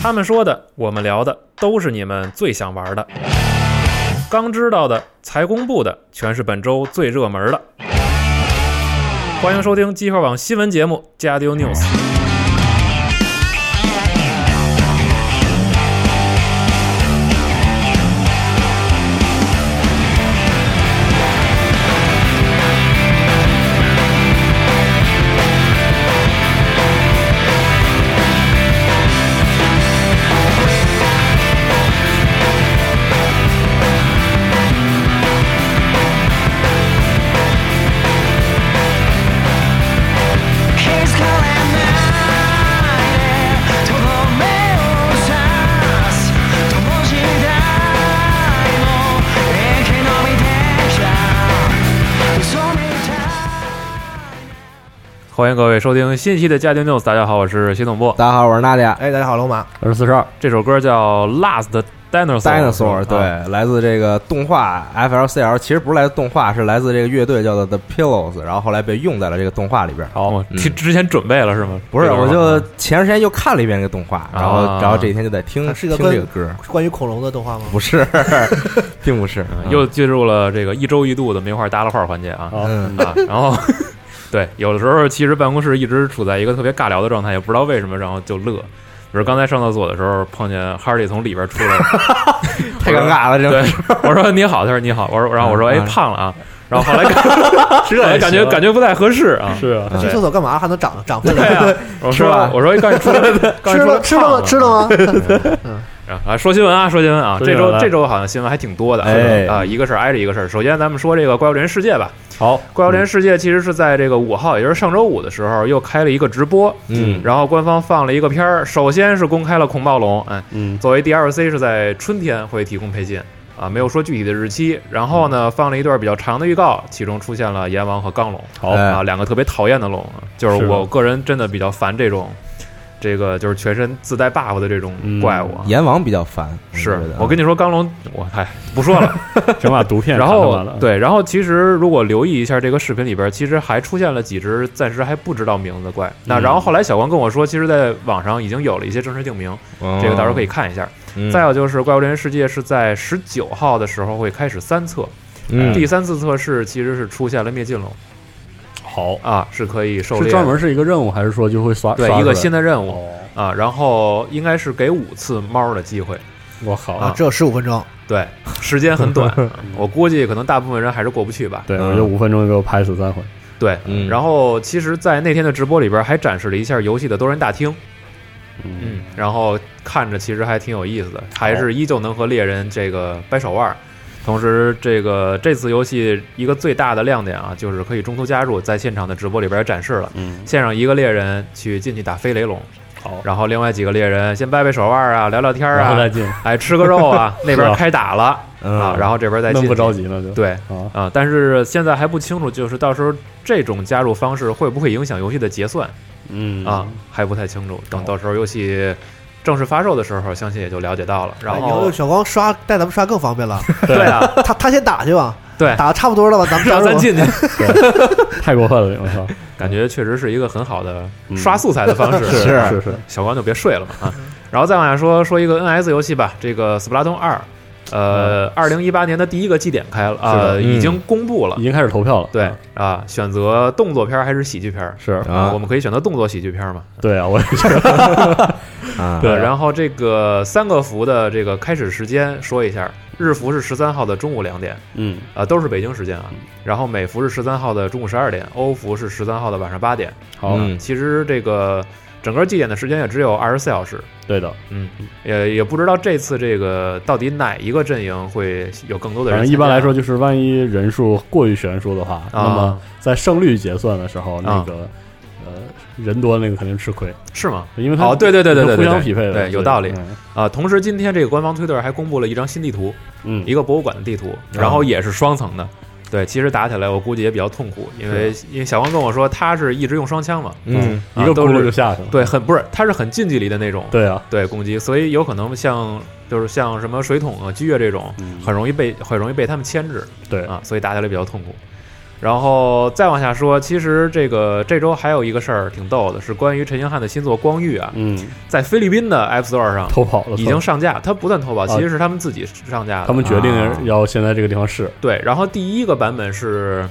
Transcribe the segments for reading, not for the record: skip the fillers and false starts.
他们说的，我们聊的，都是你们最想玩的。刚知道的，才公布的，全是本周最热门的。欢迎收听机核网新闻节目《加丢 News》。欢迎各位收听新一期的家庭 news。大家好，我是新总部。 大家好，我是娜迪亚。 大家好，龙马。 我是42。 这首歌叫 Last Dinosaur， 对，来自这个动画 FLCL， 其实不是来自动画，是来自这个乐队叫做 The Pillows， 然后后来被用在了这个动画里边。 好，之前准备了是吗？ 不是，我就前段时间又看了一遍这个动画，然后这一天就在听是个听这个歌。 关于恐龙的动画吗？ 不是，并不是， 又进入了这个一周一度的梅花搭了画环节啊。然后。对，有的时候其实办公室一直处在一个特别尬聊的状态，也不知道为什么，然后就乐。比如刚才上厕所的时候，碰见哈利从里边出来， 太尴尬了。这对，我说你好，他说你好，然后我说哎胖了啊，然后后来感觉不太合适啊。 是啊， 去厕所干嘛还能长回来？ 对啊，我说刚才出来吃了吗？ 说新闻啊，这周好像新闻还挺多的啊，一个事儿挨着一个事儿。首先咱们说这个怪物猎人世界吧。 好， 怪物猎人世界其实是在这个5号，也就是上周五的时候又开了一个直播，然后官方放了一个片儿，首先是公开了恐暴龙，作为 DLC 是在春天会提供配信啊，没有说具体的日期。然后呢，放了一段比较长的预告，其中出现了阎王和刚龙，好啊，两个特别讨厌的龙，就是我个人真的比较烦这个就是全身自带 buff 的这种怪物， 阎王比较烦。 是我跟你说，刚龙我不说了， 先把毒片然后对，然后其实如果留意一下这个视频里边，其实还出现了几只暂时还不知道名字的怪。那然后后来小光跟我说，其实在网上已经有了一些正式定名，这个到时候可以看一下。再有就是怪物猎人世界是在19号的时候会开始3测，第3次测试其实是出现了灭尽龙。 好啊，是可以狩猎， 是专门是一个任务，还是说就会刷一个新的任务啊？然后应该是给5次猫的机会。 我靠啊，只有15分钟， 对，时间很短。我估计可能大部分人还是过不去吧。 对，我就5分钟就给我拍死3回。 对，然后其实，在那天的直播里边还展示了一下游戏的多人大厅。然后看着其实还挺有意思的，还是依旧能和猎人这个掰手腕。同时，这次游戏一个最大的亮点啊，就是可以中途加入，在现场的直播里边展示了，线上一个猎人进去打飞雷龙， 好， 然后另外几个猎人先掰掰手腕啊，聊聊天啊， 然后再进， 哎，吃个肉啊，那边开打了啊，然后这边再进， 那不着急呢就对啊，但是现在还不清楚，就是到时候这种加入方式会不会影响游戏的结算，还不太清楚，等到时候游戏正式发售的时候，相信也就了解到了。然后以后小光带咱们刷更方便了。 对啊， 他先打去吧。 对， 打的差不多了吧，咱们让咱进去。 太过分了，我操！ 感觉确实是一个很好的刷素材的方式。 是， 小光就别睡了嘛啊！然后再往下说一个 NS 游戏吧，这个《斯普拉通2》。2018年的第一个祭典开了，已经公布了， 已经开始投票了。 对啊，选择动作片还是喜剧片？ 是啊，我们可以选择动作喜剧片嘛？ 对啊，我也觉得。 对，然后这个3个服的这个开始时间说一下，日服是13号的中午2点，都是北京时间啊。然后美服是13号的中午12点，欧服是13号的晚上8点。 好， 其实这个整个祭典的时间也只有24小时。 对的， 也不知道这次这个到底哪一个阵营会有更多的人。 反正一般来说，就是万一人数过于悬殊的话，那么在胜率结算的时候，那个人多那个肯定吃亏， 是吗？ 因为它对， 互相匹配的， 对，有道理啊。同时，今天这个官方推特还公布了一张新地图，一个博物馆的地图，然后也是双层的。对，其实打起来我估计也比较痛苦，因为小光跟我说他是一直用双枪嘛， 一个轱辘就下去了， 对，他是很近距离的那种， 对啊， 对攻击，所以有可能像什么水桶啊、狙这种，很容易被他们牵制， 对啊，所以打起来比较痛苦。 然后再往下说，其实这周还有一个事儿挺逗的，是关于陈星汉的新作《光遇》啊，在菲律宾的 App Store 上偷跑了， 已经上架。它不算偷跑，其实是他们自己上架的。 他们决定要先在这个地方试。 对，然后第一个版本是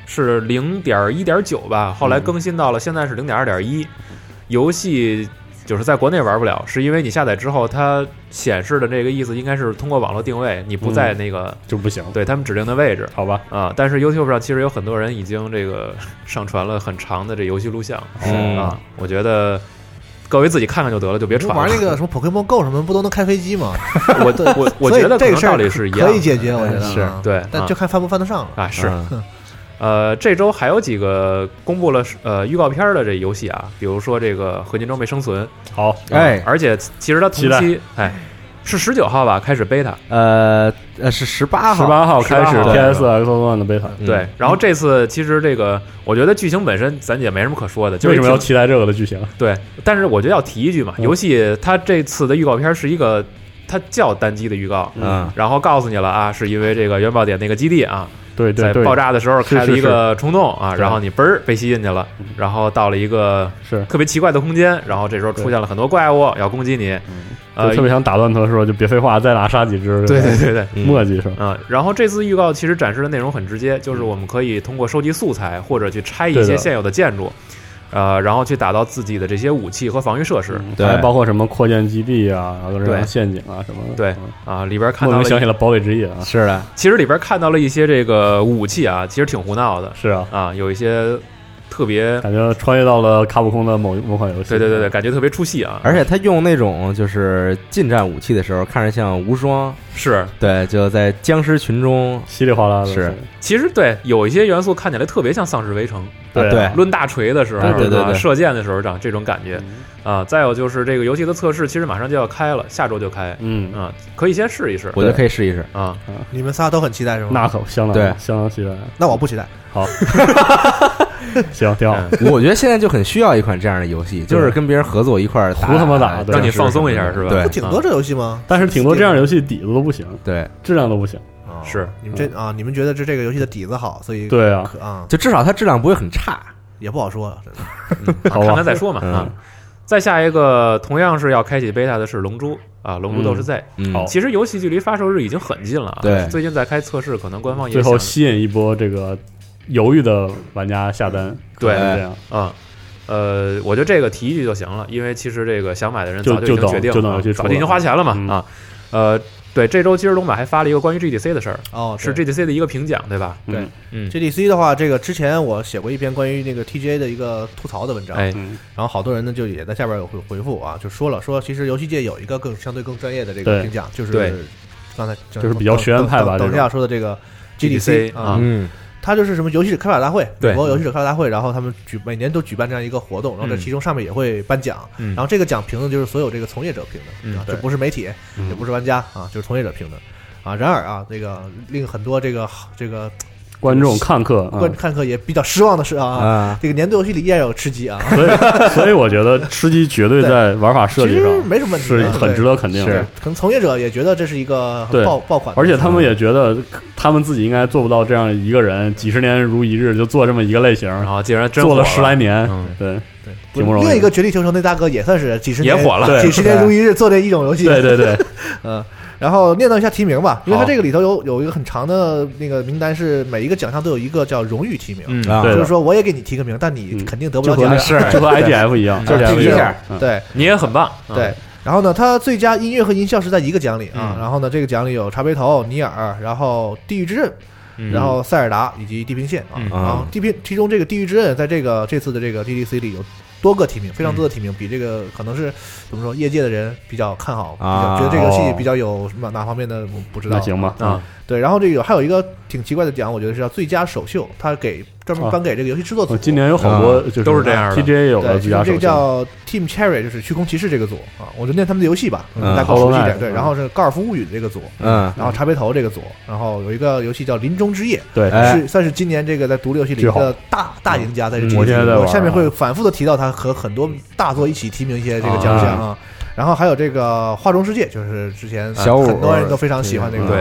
0.1.9 吧，后来更新到了现在是 0.2.1。游戏就是在国内玩不了，是因为你下载之后，它显示的这个意思应该是通过网络定位，你不在那个就不行， 对他们指定的位置， 好吧？ 啊，但是 YouTube 上其实有很多人已经这个上传了很长的这游戏录像啊，我觉得各位自己看看就得了，就别传了。 玩那个什么 Pokemon Go 什么不都能开飞机吗？ 我觉得这个事儿道理是一样， 可以解决，我觉得是对， 但就看翻不翻得上了啊。是。这周还有几个公布了预告片的这游戏啊，比如说这个《合金装备生存》， 好， 而且其实它同期是19号吧开始 beta， 是18号开始 PS Xbox One 的 beta， 对。然后这次其实这个我觉得剧情本身咱也没什么可说的，就是为什么要期待这个的剧情？ 对，但是我觉得要提一句嘛，游戏它这次的预告片是一个它叫单机的预告，然后告诉你了啊，是因为这个原爆点那个基地啊。 对， 在爆炸的时候开了一个冲动啊， 是然后你嘣儿被吸进去了，然后到了一个是特别奇怪的空间，然后这时候出现了很多怪物要攻击你， 就特别想打断他说就别废话，再拿杀几只， 对， 墨迹是吧？ 然后这次预告其实展示的内容很直接，就是我们可以通过收集素材或者去拆一些现有的建筑。然后去打造自己的这些武器和防御设施， 还包括什么扩建基地啊，然后这种陷阱啊什么的。 对啊，里边看到了， 想起了堡垒之夜啊， 是的。 其实里边看到了一些这个武器啊，其实挺胡闹的。 是啊， 有一些特别感觉穿越到了卡普空的某款游戏。 对，感觉特别出戏啊。 而且他用那种就是近战武器的时候，看着像无双， 是对，就在僵尸群中稀里哗啦的。 是， 其实对有一些元素看起来特别像丧尸围城。 对， 抡大锤的时候， 对， 射箭的时候这种感觉啊。再有就是这个游戏的测试，其实马上就要开了，下周就开。可以先试一试。 我觉得可以试一试啊。 你们仨都很期待是吗？ 那可相当期待。 那我不期待。 好，行，挺好。 我觉得现在就很需要一款这样的游戏，就是跟别人合作一块胡他妈打， 让你放松一下，是吧？ 对， 不挺多这游戏吗？ 但是挺多这样的游戏底子都不行， 对， 质量都不行。 是你们你们觉得这个游戏的底子好，所以对啊， 就至少它质量不会很差， 也不好说， 看看再说嘛啊。再下一个同样是要开启 beta 的是《龙珠》啊，《龙珠斗士 Z》。其实游戏距离发售日已经很近了啊。 对， 最近在开测试，可能官方也最后吸引一波这个犹豫的玩家下单。 对， 这样啊。我觉得这个提一句就行了，因为其实这个想买的人早就已经决定了，早就已经花钱了嘛啊。对，这周其实龙马还发了一个关于 GDC 的事儿是 GDC 的一个评奖，对吧？ 对，GDC 的话，这个之前我写过一篇关于那个 TGA 的一个吐槽的文章，然后好多人呢就也在下边有回复啊，就说其实游戏界有一个相对更专业的这个评奖，就是刚才就是比较学院派吧， 等一下说的这个 GDC 啊。它就是什么游戏开发大会，美国游戏者开发大会，然后他们每年都举办这样一个活动，然后这其中上面也会颁奖，然后这个奖评的就是所有这个从业者评的，这不是媒体，也不是玩家啊，就是从业者评的啊。然而啊，这个令很多这个观众看客也比较失望的是啊，这个年度游戏里依然有吃鸡啊， 所以我觉得吃鸡绝对在玩法设计上没什么问题， 是很值得肯定的。 可能从业者也觉得这是一个爆款， 而且他们也觉得他们自己应该做不到这样一个人几十年如一日就做这么一个类型， 然后竟然做了10来年，对，挺不容易。 另一个绝地求生那大哥也算是几十年也火了， 几十年如一日做这一种游戏， 对， 然后念叨一下提名吧，因为它这个里头有一个很长的那个名单，是每一个奖项都有一个叫荣誉提名，就是说我也给你提个名，但你肯定得不了奖， 就和 IGF 一样， 就是一下，对， 你也很棒， 对。然后呢，它最佳音乐和音效是在一个奖里啊，然后呢，这个奖里有茶杯头、尼尔，然后地狱之刃，然后塞尔达以及地平线啊，然后其中这个地狱之刃在这次的这个 GDC 里有多个提名，非常多的提名，比这个可能是怎么说，业界的人比较看好，觉得这个游戏比较有哪方面的我不知道， 那行吧啊。 对，然后这个还有一个挺奇怪的奖，我觉得是叫最佳首秀，他专门颁给这个游戏制作组。 今年有好多都是这样的 ，TGA 有个最佳首秀， 这个叫 Team Cherry， 就是虚空骑士这个组啊，我就念他们的游戏吧，大家熟悉一点。对，然后是高尔夫物语这个组，然后茶杯头这个组，然后有一个游戏叫林中之夜， 对， 算是今年这个在独立游戏里一个大赢家，在这我下面会反复的提到他和很多大作一起提名一些这个奖项啊。然后还有这个画中世界，就是之前很多人都非常喜欢这个。 对，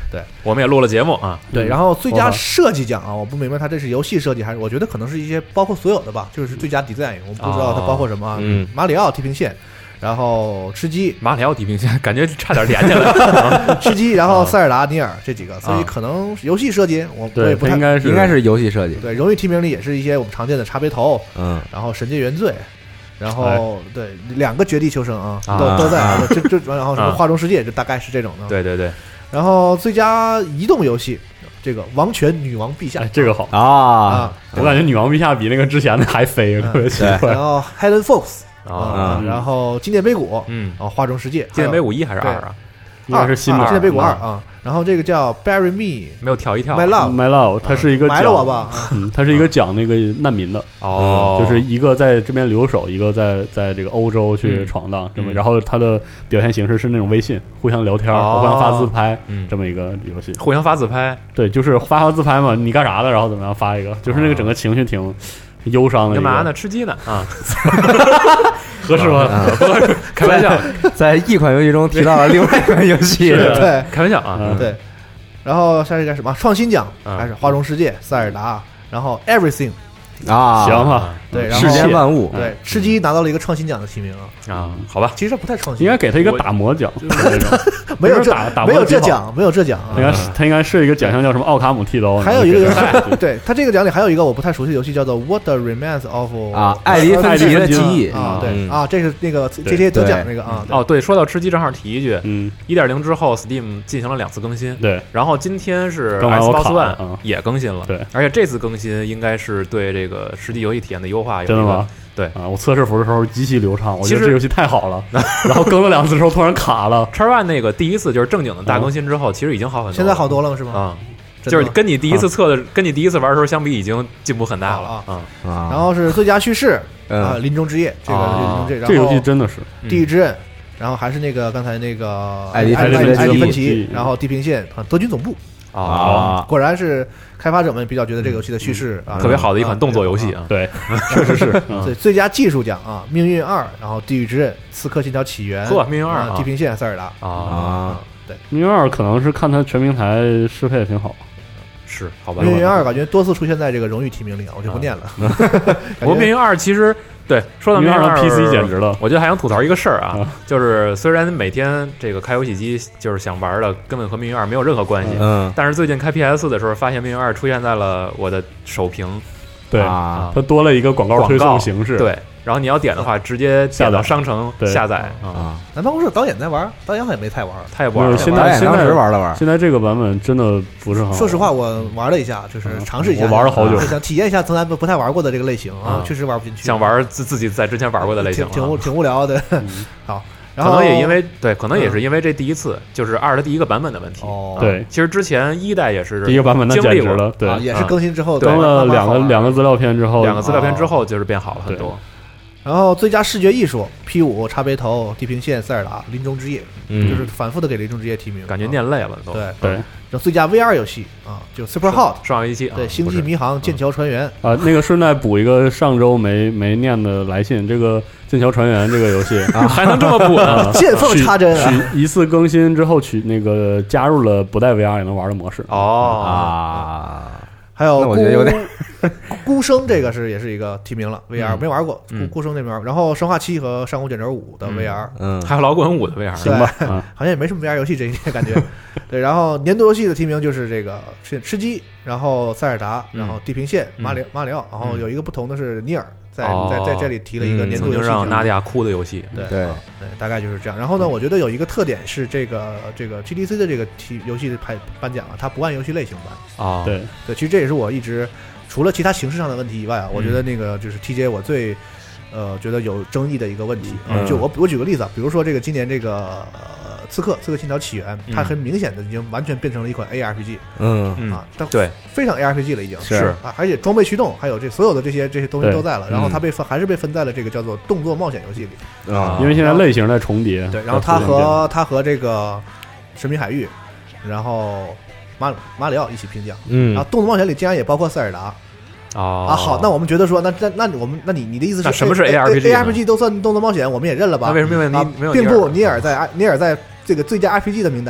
对， 我们也录了节目啊。 对，然后最佳设计奖啊，我不明白它这是游戏设计还是，我觉得可能是一些包括所有的吧，就是最佳 design， 我不知道它包括什么。马里奥地平线，然后吃鸡， 马里奥地平线感觉差点连起来了。 吃鸡，然后塞尔达、尼尔这几个，所以可能游戏设计我也不太应该是游戏设计。 对，荣誉提名里也是一些我们常见的茶杯头，然后神界原罪。然后对2个绝地求生啊，都在，然后什么画中世界，就大概是这种的。 对对对。 然后最佳移动游戏，这个王权女王陛下， 这个好啊！ 我感觉女王陛下比那个之前的还飞，特别奇怪。 然后 Helen Fox 然后纪念碑谷，然后画中世界， 纪念碑谷1还是2啊？ 应该是新的纪念碑谷2啊。然后这个叫 Bury Me， 没有跳一跳 My Love， 它是一个埋了我吧， 它是一个讲那个难民的就是一个在这边留守，一个在这个欧洲去闯荡，这么，然后它的表现形式是那种微信互相聊天，互相发自拍，这么一个游戏。 互相发自拍， 对，就是发自拍嘛，你干啥的，然后怎么样发一个，就是那个整个情绪挺忧伤的。 干嘛呢？吃鸡呢？啊。 合适吗？ 不合适，开玩笑。 在一款游戏中提到了另外一款游戏， 对， 开玩笑啊， 对。然后下一个什么创新奖，还是画中世界、塞尔达，然后 Everything 啊， 行啊， 对， 世间万物， 对，吃鸡拿到了一个创新奖的提名啊，好吧， 其实不太创新， 应该给他一个打磨奖， 没有这奖，没有这奖， 他应该是一个奖项叫什么奥卡姆剃刀， 还有一个游戏，对他这个奖里还有一个我不太熟悉的游戏叫做 What the Remains of 艾迪芬奇的记忆啊，对啊，这是那个 GTA 得奖那个啊， 哦对，说到吃鸡正好提一句，1.0 之后 Steam 进行了2次更新， 对， 然后今天是 Xbox One 也更新了， 对， 而且这次更新应该是对这个实际游戏体验的优化， 真的吗？ 对啊，我测试服的时候极其流畅，我觉得这游戏太好了。然后更了2次之后突然卡了。 X1 那个第一次就是正经的大更新之后，其实已经好很多了。 现在好多了是吗？ 啊，就是跟你第一次测的，跟你第一次玩的时候相比，已经进步很大了啊。 然后是最佳叙事啊，临终之夜这个临终之夜， 这游戏真的是地狱之刃，然后还是那个刚才那个艾迪芬奇，然后地平线德军总部。果然是开发者们比较觉得这个游戏的叙事特别好的一款动作游戏啊， 对，确实是。 对，最佳技术奖啊，命运2，然后地狱之刃、刺客信条起源， 命运2， 地平线、塞尔达啊， 对， 命运2可能是看它全平台适配挺好， 是好吧？ 命运2感觉多次出现在这个荣誉提名里，我就不念了。 不过命运2其实。对，说到命运2 PC 简直了， 我觉得还想吐槽一个事儿啊，就是虽然每天这个开游戏机就是想玩的，根本和命运2没有任何关系，但是最近开 PS 的时候，发现命运2出现在了我的手屏， 对啊，它多了一个广告推送形式， 对，然后你要点的话，直接点到商城下载啊。 咱办公室导演在玩，导演好像没太玩， 他也不玩。 现在当时玩了玩， 现在这个版本真的不是很好。 说实话，我玩了一下，就是尝试一下， 我玩了好久， 想体验一下从来不太玩过的这个类型啊，确实玩不进去。 想玩自己在之前玩过的类型， 挺无聊的。好。 可能也因为对，可能也是因为这第一次就是2的第一个版本的问题。 对， 其实之前1代也是第一个版本，那简直了，对， 也是更新之后更了两个资料片之后 ，2个资料片之后就是变好了很多。 然后最佳视觉艺术 P5 茶杯头、地平线、塞尔达、临终之夜，就是反复的给临终之夜提名， 感觉念累了都。 对。然后最佳 VR 游戏啊，就 Super Hot 上一期对，星际迷航、剑桥船员啊，那个顺带补一个上周没念的来信，这个剑桥船员这个游戏还能这么补呢？ 见缝插针啊！ 一次更新之后那个加入了不带 VR 也能玩的模式还有我觉得有点孤生这个也是一个提名了 VR 没玩过，孤生这边，然后生化7和上古卷轴5的 VR， 还有老滚5的 VR， 行吧，好像也没什么 VR 游戏这一点感觉。对，然后年度游戏的提名就是这个吃鸡，然后塞尔达，然后地平线、马里奥，然后有一个不同的是尼尔。在这里提了一个年度游戏， 让娜迪亚哭的游戏， 对，大概就是这样。然后呢，我觉得有一个特点是这个 GDC 的这个游戏的颁奖啊，它不按游戏类型颁啊。对， 其实这也是我一直除了其他形式上的问题以外啊，我觉得那个就是 TJ 我最觉得有争议的一个问题啊。就我举个例子啊，比如说这个今年这个刺客信条起源，它很明显的已经完全变成了一款 ARPG， 对， 非常 ARPG 了已经是啊，而且装备驱动还有所有的这些东西都在了，然后它还是被分在了这个叫做动作冒险游戏里啊，因为现在类型在重叠， 对，然后它和这个神秘海域，然后马里奥一起评奖，然后动作冒险里竟然也包括塞尔达。好，那我们觉得说，那你的意思是， 什么是 ARPG 都算动作冒险，我们也认了吧？ 那为什么没有并不，尼尔在这个最佳 RPG 的名单里，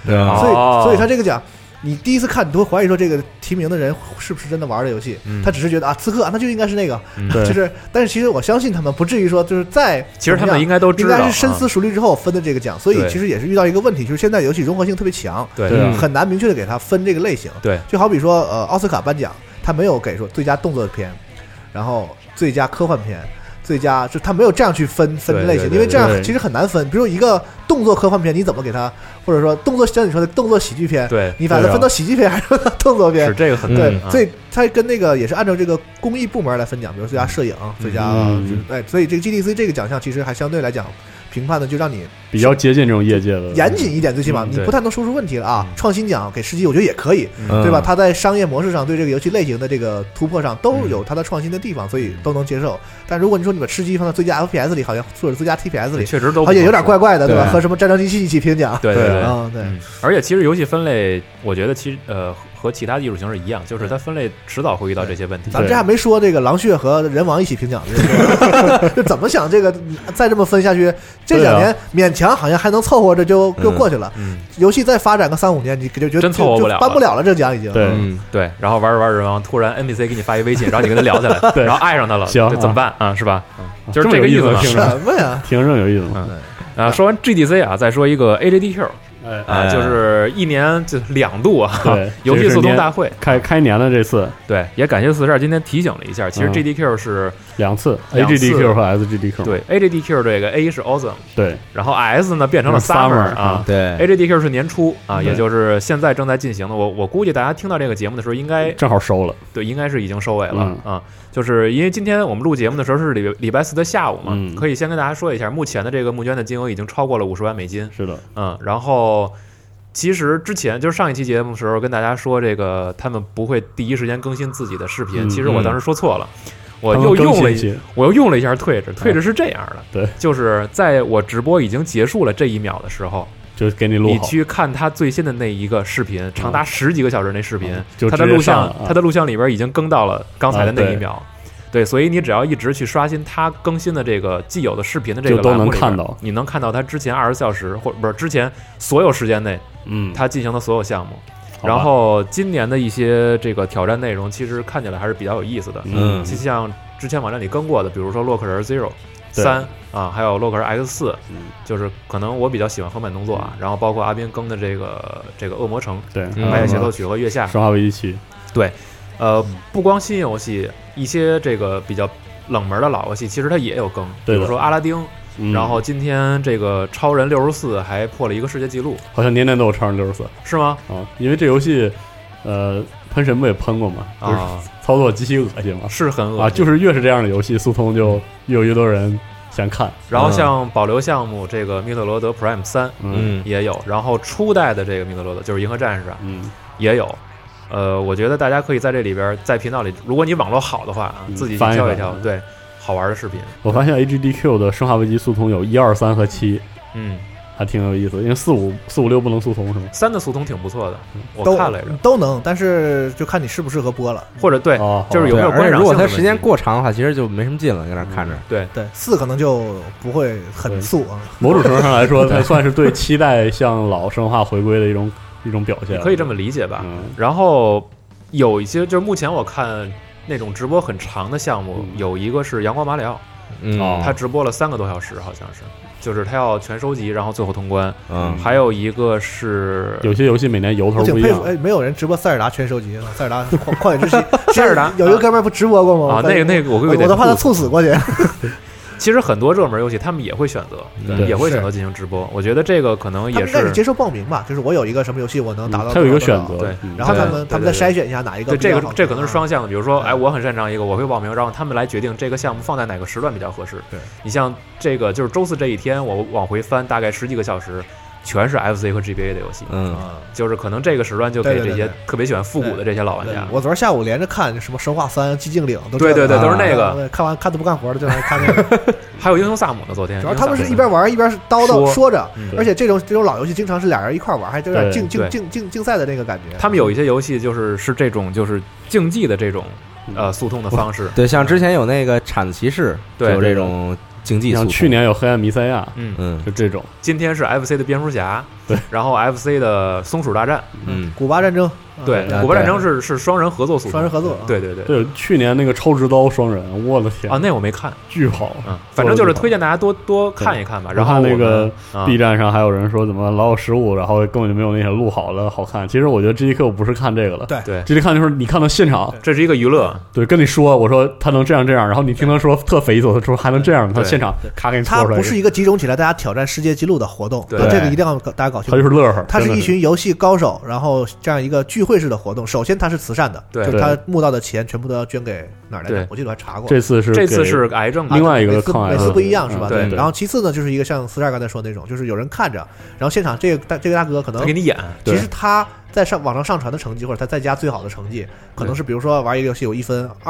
所以他这个奖。你第一次看，你都会怀疑说这个提名的人是不是真的玩这游戏？他只是觉得刺客那就应该是那个，就是，但是其实我相信他们不至于说就是其实他们应该都知道， 应该是深思熟虑之后分的这个奖，所以其实也是遇到一个问题，就是现在游戏融合性特别强， 对， 很难明确的给他分这个类型， 对， 就好比说奥斯卡颁奖，他没有给说最佳动作片，然后最佳科幻片。最佳就他没有这样去分类型，因为这样其实很难分。比如一个动作科幻片，你怎么给他，或者说动作像你说的动作喜剧片， 对， 你把它分到喜剧片还是分到动作片？ 是这个很对，所以他跟那个也是按照这个工艺部门来分奖，比如最佳摄影、最佳所以这个 GDC 这个奖项其实还相对来讲评判的就让你比较接近这种业界的严谨一点，最起码你不太能说出问题了啊。创新奖给吃鸡，我觉得也可以，对吧？他在商业模式上对这个游戏类型的这个突破上都有他的创新的地方，所以都能接受。但如果你说你把吃鸡放到最佳 FPS 里，好像或者最佳 TPS 里， 确实都好像有点怪怪的，对吧？和什么战争机器一起评奖， 对， 而且其实游戏分类，我觉得和其他艺术形式一样，就是它分类迟早会遇到这些问题。 咱们这还没说这个狼血和人王一起评奖，这怎么想？这个再这么分下去，这2年勉强好像还能凑合着就过去了。游戏再发展个3-5年，你就觉得真凑合不了， 颁不了了。这奖已经对，然后玩着玩着人王，突然 NPC 给你发一微信，然后你跟他聊起来，然后爱上他了， 行， 怎么办啊？是吧？就是这个意思嘛。 什么呀？ 听着有意思嘛。 说完 GDC 啊，再说一个 AGDQ。就是1年就2度啊， 对， 游戏速通大会开年的这次， 对，也感谢42今天提醒了一下，其实 GDQ 是 2次 ，AGDQ 和 SGDQ， 对 ，AGDQ 这个 A 是 Awesome， 对， 然后 S 呢变成了 Summer 啊， 对 ，AGDQ 是年初啊，也就是现在正在进行的，我估计大家听到这个节目的时候，应该正好收了， 对，应该是已经收尾了啊，就是因为今天我们录节目的时候是礼拜4的下午嘛，可以先跟大家说一下，目前的这个募捐的金额已经超过了50万美金， 是的， 然后。其实之前就是上一期节目的时候跟大家说，这个他们不会第一时间更新自己的视频。其实我当时说错了，我又用了一下Twitch是这样的， 对， 就是在我直播已经结束了这1秒的时候， 就给你录好， 你去看他最新的那一个视频，长达10几个小时那视频， 他的录像里边已经更到了刚才的那1秒。对，所以你只要一直去刷新他更新的这个既有的视频的这个栏目里边，你能看到他之前20小时或者不是之前所有时间内，他进行的所有项目。然后今年的一些这个挑战内容，其实看起来还是比较有意思的。就像之前网站里更过的，比如说洛克人 Zero 3啊，还有洛克人 X4，就是可能我比较喜欢横版动作啊。然后包括阿斌更的这个恶魔城， 对， 白夜协奏曲和月下， 生化危机7， 对。不光新游戏，一些这个比较冷门的老游戏，其实它也有更，比如说阿拉丁，然后今天这个超人64还破了一个世界纪录， 好像年年都有超人64， 是吗？ 因为这游戏，喷神不也喷过吗？就是操作极其恶心嘛， 是很恶心啊，就是越是这样的游戏，速通就越有越多人想看。 然后像保留项目这个密特罗德 Prime 3，也有，然后初代的这个密特罗德就是银河战士啊，也有。我觉得大家可以在这里边，在频道里，如果你网络好的话啊，自己去挑一挑，对，好玩的视频。 我发现 AGDQ 的生化危机速通有1、2、3和7，还挺有意思，因为4、5、6不能速通是吗 ？3的速通挺不错的，我看来着都能，但是就看你适不适合播了， 或者对，就是有没有观赏性。 如果它时间过长的话，其实就没什么劲了，在那看着。 对 4可能就不会很速啊。 某种程度上来说，它算是对期待向老生化回归的一种表现， 可以这么理解吧。然后有一些就是目前我看那种直播很长的项目，有一个是阳光马里奥，他直播了3个多小时，好像是，就是他要全收集，然后最后通关。还有一个是有些游戏每年由头不一样。 没有人直播塞尔达全收集，塞尔达旷野之息， 塞尔达有一个哥们儿不直播过吗？ 那个我都怕他猝死过去。 其实很多热门游戏他们也会选择，也会选择进行直播。我觉得这个可能也是接受报名吧，就是我有一个什么游戏我能达到， 他有一个选择， 对， 然后他们再筛选一下哪一个。 这可能是双向的，比如说，我很擅长一个，我会报名，然后他们来决定这个项目放在哪个时段比较合适。 对， 你像这个就是周4这一天，我往回翻大概10几个小时。全是 FC 和 GBA 的游戏，就是可能这个时段就给这些特别喜欢复古的这些老玩家。 我昨天下午连着看什么生化3、寂静岭， 对，都是那个。 看完看都不干活的就来看那个。 还有英雄萨姆呢，昨天主要他们是一边玩一边叨叨说着，而且这种老游戏经常是俩人一块玩，还有点竞赛的那个感觉。 他们有一些游戏就是这种就是竞技的这种速通的方式。 对，像之前有那个铲子骑士，有这种。竞技， 像去年有黑暗弥赛亚，就这种。 今天是 FC 的蝙蝠侠， 然后 FC 的松鼠大战， 古巴战争， 对，古巴战争是双人合作速通， 双人合作， 对， 去年那个超直刀双人，我的天啊，那我没看， 巨好， 反正就是推荐大家多看一看吧。然后那个 B 站上还有人说怎么老有失误，然后根本就没有那些录好了好看。其实我觉得 GDQ 不是看这个了， 对 ，GDQ 看就是你看到现场， 这是一个娱乐， 对，跟你说，我说他能这样，然后你听他说特匪夷所思，说还能这样，他现场咔给你搓出来。 它不是一个集中起来大家挑战世界纪录的活动， 对， 这个一定要大家搞清楚。 它就是乐呵， 它是一群游戏高手，然后这样一个聚会式的活动。首先它是慈善的，就是他募到的钱全部都要捐给哪儿来着？我记得我还查过。 这次是癌症， 另外一个抗癌， 每次不一样是吧？ 对。 然后其次呢，就是一个像42刚才说的那种，就是有人看着，然后现场这个大哥可能他给你演， 其实他在网上上传的成绩，或者他在家最好的成绩，可能是比如说玩一个游戏有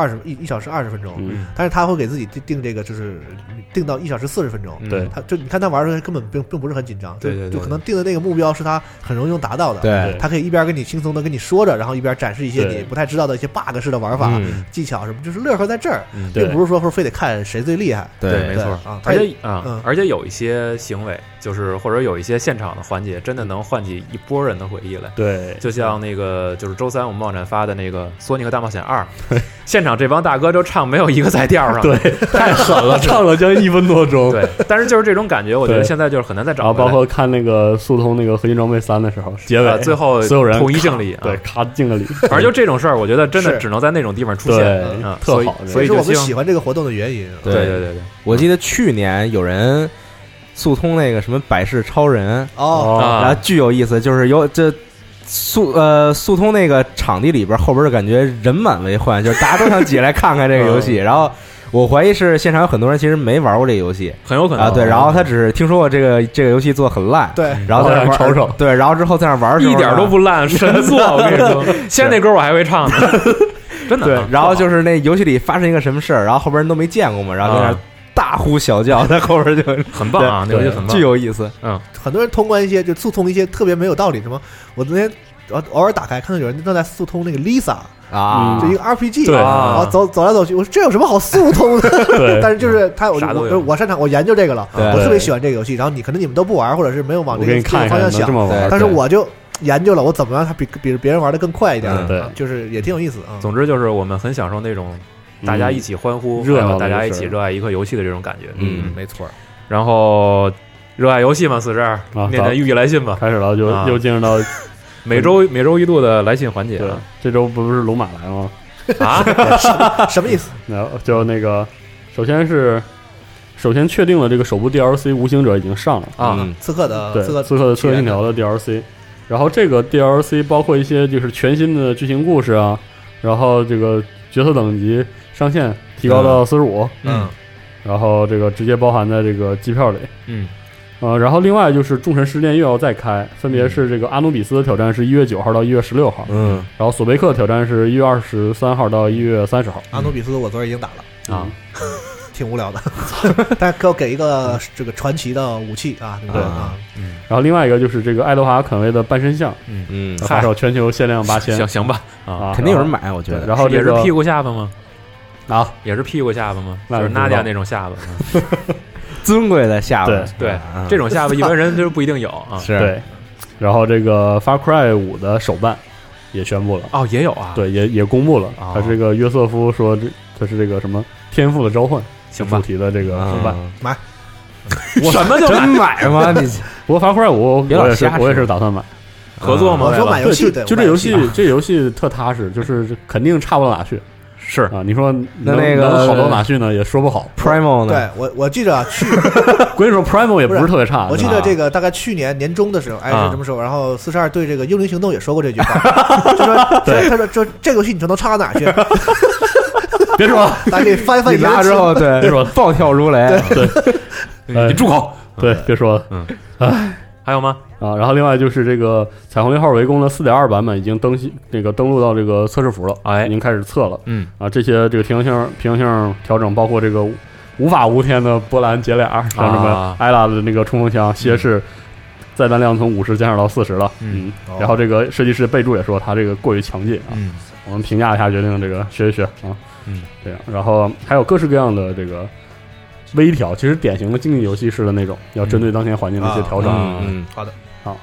1小时20分钟，但是他会给自己定这个，就是定到1小时40分钟。 对， 他就你看他玩的时候根本并不是很紧张， 对， 就可能定的那个目标是他很容易能达到的。 对， 他可以一边跟你轻松的跟你说着，然后一边展示一些你不太知道的一些 bug 式的玩法、技巧什么，就是乐呵在这儿，并不是说非得看谁最厉害。 对，没错啊。而且有一些行为，就是或者有一些现场的环节，真的能唤起一波人的回忆来。 对， 就像那个就是周3我们网站发的那个《索尼克大冒险2》，现场这帮大哥就唱没有一个在调上， 对，太狠了，唱了将近1分多钟。 对，但是就是这种感觉，我觉得现在就是很难再找回来。 然后包括看那个速通那个合金装备3的时候，结尾最后所有人统一敬礼， 对，咔敬个礼。 反正就这种事儿，我觉得真的只能在那种地方出现， 特好。 所以是我们喜欢这个活动的原因。 对， 我记得去年有人速通那个什么百事超人然后巨有意思，就是有这。速通那个场地里边后边就感觉人满为患，就是大家都想挤来看看这个游戏。然后我怀疑是现场有很多人其实没玩过这个游戏， 很有可能啊。对，然后他只是听说过这个游戏做很烂， 对， 然后在那瞅瞅， 对，然后之后在那玩的时候一点都不烂，神作！我跟你说，现在那歌我还会唱呢，真的。 对，然后就是那游戏里发生一个什么事儿，然后后边人都没见过嘛，然后在那大呼小叫，在后边就很棒啊，那游戏很棒， 巨有意思。 很多人通关一些就速通一些特别没有道理，什么我昨天偶尔打开看到有人正在速通那个 Lisa 啊， 就一个 RPG， 对， 然后走来走去，我说这有什么好速通的？ 对， 但是就是我擅长，我研究这个了，我特别喜欢这个游戏。然后可能你们都不玩，或者是没有往这个方向想，但是我就研究了，我怎么让它比别人玩的更快一点？ 对， 就是也挺有意思啊。 总之就是我们很享受那种大家一起欢呼、 热闹， 大家一起热爱一个游戏的这种感觉。 没错。 然后热爱游戏嘛，42念念寓意来信吧， 开始了，就又进入到每周一度的来信环节。 这周不是龙马来吗？ 啊，什么意思？ 就那个，首先确定了这个首部 DLC《无形者》已经上了啊， 刺客的刺客信条的 DLC。然后这个 DLC 包括一些就是全新的剧情故事啊，然后这个角色等级上限提高到45，然后这个直接包含在这个机票里，然后另外就是众神试炼又要再开，分别是这个阿努比斯的挑战是1月9号到1月16号，然后索贝克挑战是1月23号到1月30号。 阿努比斯我昨天已经打了啊， 挺无聊的，但是给一个这个传奇的武器啊，对啊， 然后另外一个就是这个爱德华肯威的半身像，发售全球限量8000， 行吧啊， 肯定有人买，我觉得。 然后也是屁股下巴吗？ 啊， 也是屁股下巴吗？就是娜迪亚那种下巴。 尊贵的下巴， 对，这种下巴一般人就是不一定有啊。 是对，然后这个 Far Cry 5的手办也宣布了， 也有啊， 对，也公布了，他这个约瑟夫说他是这个什么天赋的召唤主题的这个手办， 买， 什么就真买吗？你不过 Far Cry 5我也是打算买， 合作吗？ 我说买游戏的， 就这游戏特踏实，就是肯定差不到哪去。 是啊，你说那个好到哪去呢？也说不好。 Primal 呢？ 对我记着我跟你说 Primal 也不是特别差。 我记得这个大概去年年中的时候，是什么时候？然后42对这个《幽灵行动》也说过这句话，就说他说这个游戏你说能差到哪去？ 别说， 咱给翻你拿之后，对， 别说暴跳如雷， 对， 你住口， 对，别说了， 还有吗？ 然后另外就是这个彩虹6号围攻的 4.2 版本已经登录到这个测试服了，已经开始测了。这些这个平衡性调整包括这个无法无天的波兰姐俩，像什么艾拉的那个冲锋枪斜视载弹量从50减少到40了。然后这个设计师备注也说他这个过于强劲啊。我们评价一下，决定这个学一学啊。这样，然后还有各式各样的这个微调，其实典型的竞技游戏式的那种，要针对当前环境的一些调整。 好的。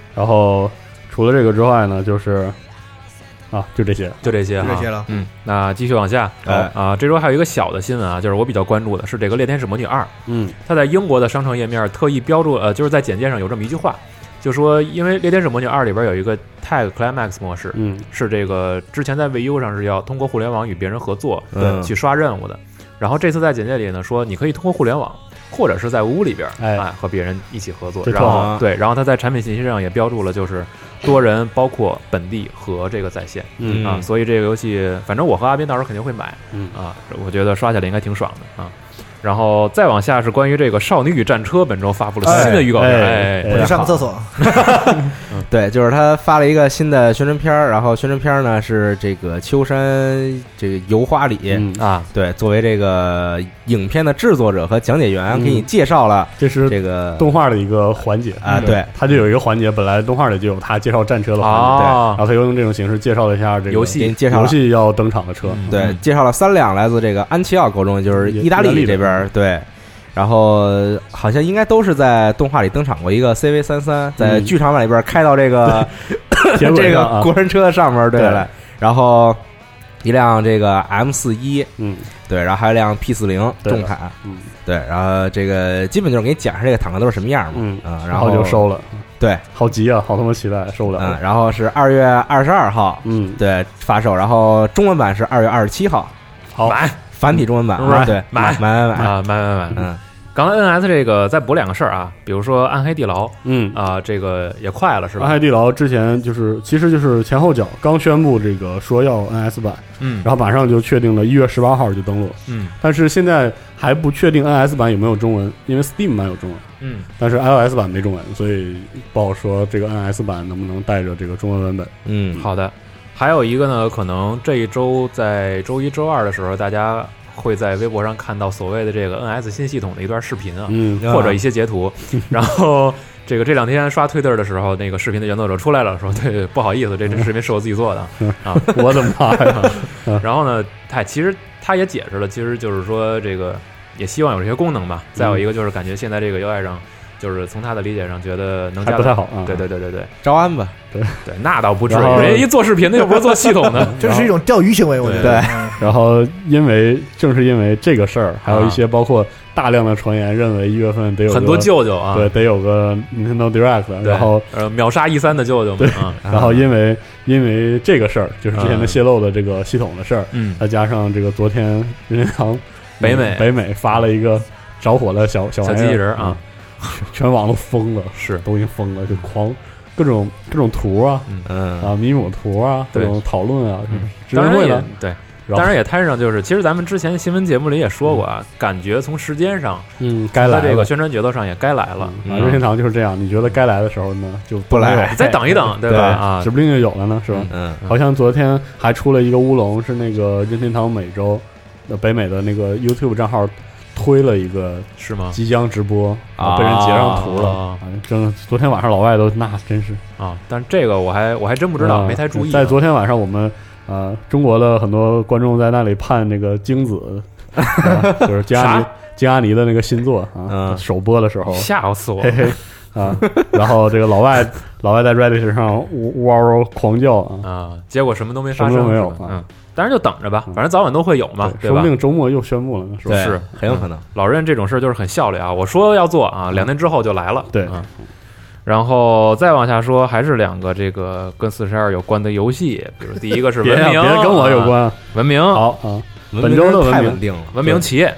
然后除了这个之外呢，就是就这些了。 那继续往下。这周还有一个小的新闻啊，就是我比较关注的是这个《猎天使魔女2》。它在英国的商城页面特意标注，就是在简介上有这么一句话，就说因为《猎天使魔女2》里边有一个 Tag Climax 模式，是这个之前在 VU 上是要通过互联网与别人合作去刷任务的。然后这次在简介里呢说，你可以通过互联网，或者是在屋里边和别人一起合作。然后然后它在产品信息上也标注了，就是多人，包括本地和这个在线。所以这个游戏，反正我和阿斌到时候肯定会买。我觉得刷起来应该挺爽的啊。然后再往下是关于这个《少女与战车》本周发布了新的预告片。 我去上个厕所。 对，就是他发了一个新的宣传片，然后宣传片呢是这个秋山这个油花里对，作为这个影片的制作者和讲解员，给你介绍了这是这个动画的一个环节对， 他就有一个环节，本来动画里就有他介绍战车的环节，然后他又用这种形式介绍了一下这个游戏，介绍游戏要登场的车， 对，介绍了3辆来自这个安琪奥口中，就是意大利这边。对，然后好像应该都是在动画里登场过，一个 CV33在剧场版里边开到这个这个过山车上面，对了，然后一辆这个 M41，对，然后还有一辆 P40重坦，对，然后这个基本就是给你讲一下这个坦克都是什么样嘛，然后就收了， 对， 好急啊，好他妈期待，受不了， 然后是2月22号，对，发售，然后中文版是2月27号， 好买。 繁体中文版，对，买， 刚才 NS 这个再补2个事儿啊，比如说暗黑地牢，这个也快了是吧？ 暗黑地牢之前其实就是前后脚刚宣布这个说要 NS 版，然后马上就确定了1月18号就登陆，但是现在还不确定 NS 版有没有中文，因为 Steam 版有中文，但是 iOS 版没中文，所以不好说这个 NS 版能不能带着这个中文文本。 好的。还有一个呢，可能这一周在周1、周2的时候，大家会在微博上看到所谓的这个 NS 新系统的一段视频啊，或者一些截图。然后这2天刷推特的时候，那个视频的原作者出来了，说对，不好意思，这视频是我自己做的啊。 我的妈呀！ 然后呢，其实他也解释了，其实就是说这个也希望有这些功能吧。再有一个就是感觉现在这个 UI 上。就是从他的理解上，觉得能加不太好对， 招安吧， 对，那倒不至于。人家一做视频的又不是做系统的， 这是一种钓鱼行为，我觉得。 对。 然后正是因为这个事儿，还有一些包括大量的传言，认为1月份得有很多舅舅啊， 对，得有个 Nintendo Direct， 然后秒杀E3的舅舅们， 对，然后因为这个事儿，就是之前的泄露的这个系统的事儿，再加上这个昨天任天堂北美发了一个着火的小机器人啊。 全网都疯了，都已经疯了，就狂各种图啊，迷母图啊，各种讨论啊， 当然也对，当然也摊上就是，其实咱们之前新闻节目里也说过啊，感觉从时间上， 该来这个宣传节奏上也该来了。 任天堂就是这样，你觉得该来的时候呢，就不来， 再等一等，对吧？啊， 指不定就有了呢，是吧？好像昨天还出了一个乌龙，是那个任天堂美洲北美的那个 YouTube 账号。推了一个是吗？ 即将直播被人截上图了，昨天晚上老外都那真是啊！但是这个我还真不知道，没太注意。 在昨天晚上，我们中国的很多观众在那里盼那个京子，就是金阿尼的那个新作啊，首播的时候吓死我啊！然后这个老外在 Reddit 上嗷狂叫啊，结果什么都没发生， 什么都没有当然就等着吧，反正早晚都会有嘛，对吧？ 说不定周末又宣布了呢， 是很有可能。 老任这种事就是很效率啊，我说要做啊，2天之后就来了， 对。 然后再往下说，还是2个这个跟42有关的游戏，比如第一个是文明， 别跟我有关， 文明好啊，本周的太稳定了， 文明企业，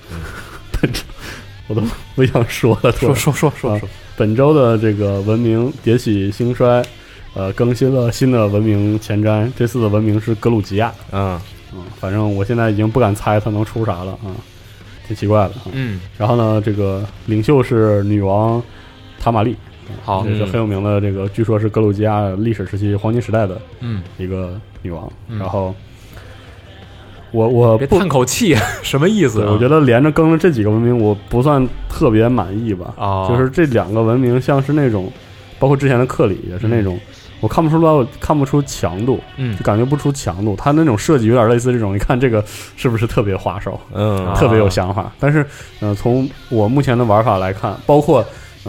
我都不想说了， 说， 本周的这个文明迭起兴衰。更新了新的文明前瞻，这次的文明是格鲁吉亚。反正我现在已经不敢猜它能出啥了啊，挺奇怪的。然后呢，这个领袖是女王塔玛丽， 好， 这是很有名的，这个据说是格鲁吉亚历史时期黄金时代的一个女王。然后我别叹口气，什么意思？ 我觉得连着更了这几个文明，我不算特别满意吧。就是这2个文明像是那种，包括之前的克里也是那种。我看不出强度，就感觉不出强度。它那种设计有点类似这种，你看这个是不是特别花哨？特别有想法。但是，从我目前的玩法来看，包括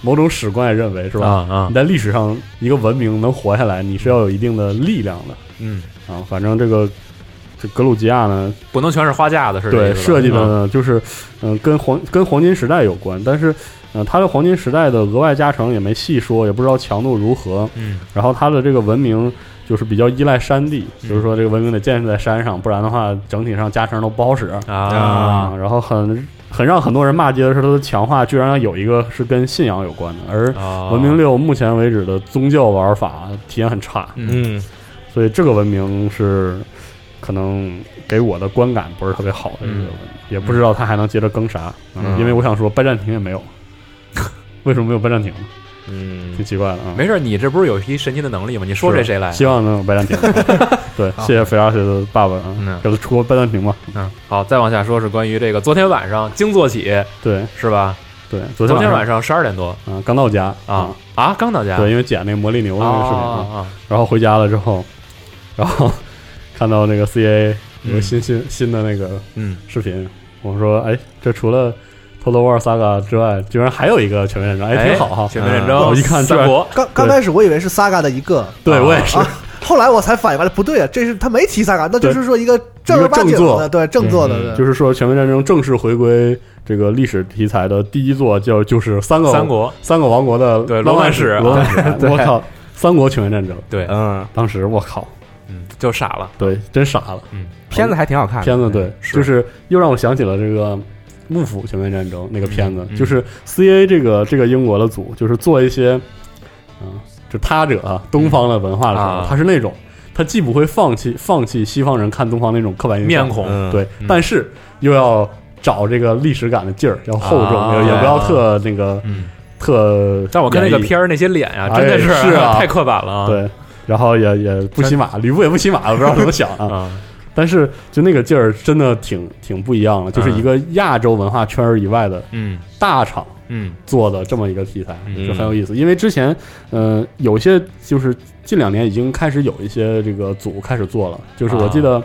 某种史观也认为是吧？你在历史上一个文明能活下来，你是要有一定的力量的。反正这格鲁吉亚呢， 不能全是花架子，是对设计的呢，就是跟黄金时代有关，但是它的黄金时代的额外加成也没细说，也不知道强度如何。然后它的这个文明就是比较依赖山地，就是说这个文明得建设在山上，不然的话整体上加成都不好使然后很让很多人骂街的是，它的强化居然有一个是跟信仰有关的，而文明6目前为止的宗教玩法体验很差。所以这个文明是可能给我的观感不是特别好的一个文明，也不知道它还能接着更啥。因为我想说拜占庭也没有，为什么没有拜占庭呢？挺奇怪的啊。 没事，你这不是有一神奇的能力吗？你说谁来？ 希望能有拜占庭。对，谢谢菲拉学的爸爸给他出过拜占庭嘛。 好，再往下说是关于这个昨天晚上惊坐起， 对， 是吧？ 对， 昨天晚上12点多刚到家刚到家。 对，因为剪那个魔力牛的那个视频然后回家了之后，然后看到那个 CA 有个新的那个视频，我说哎，这除了Total War Saga 之外，居然还有一个全面战争，挺好哈！ 全面战争， 我一看三国， 刚开始我以为是 Saga 的一个， 对我也是， 后来我才反应过来，不对啊，这是他没提 Saga， 那就是说一个正儿八经的，对正作的， 就是说全面战争正式回归这个历史题材的第一作，就是三个王国的罗曼史， 我靠，三国全面战争， 对， 当时我靠， 就傻了， 对，真傻了， 片子还挺好看的， 片子对，就是又让我想起了这个幕府全面战争那个片子，就是 CA 这个英国的组，就是做一些就他者东方的文化的时候，他是那种他既不会放弃西方人看东方那种刻板印象面孔， 对，但是又要找这个历史感的劲儿，要厚重，也不要特那个特。 但我看那个片儿那些脸呀，真的是太刻板了， 对，然后也不骑马，吕布也不骑马，我不知道怎么想但是就那个劲儿真的挺不一样的，就是一个亚洲文化圈以外的大厂做的这么一个题材，就很有意思。因为之前有些就是近2年已经开始有一些这个组开始做了，就是我记得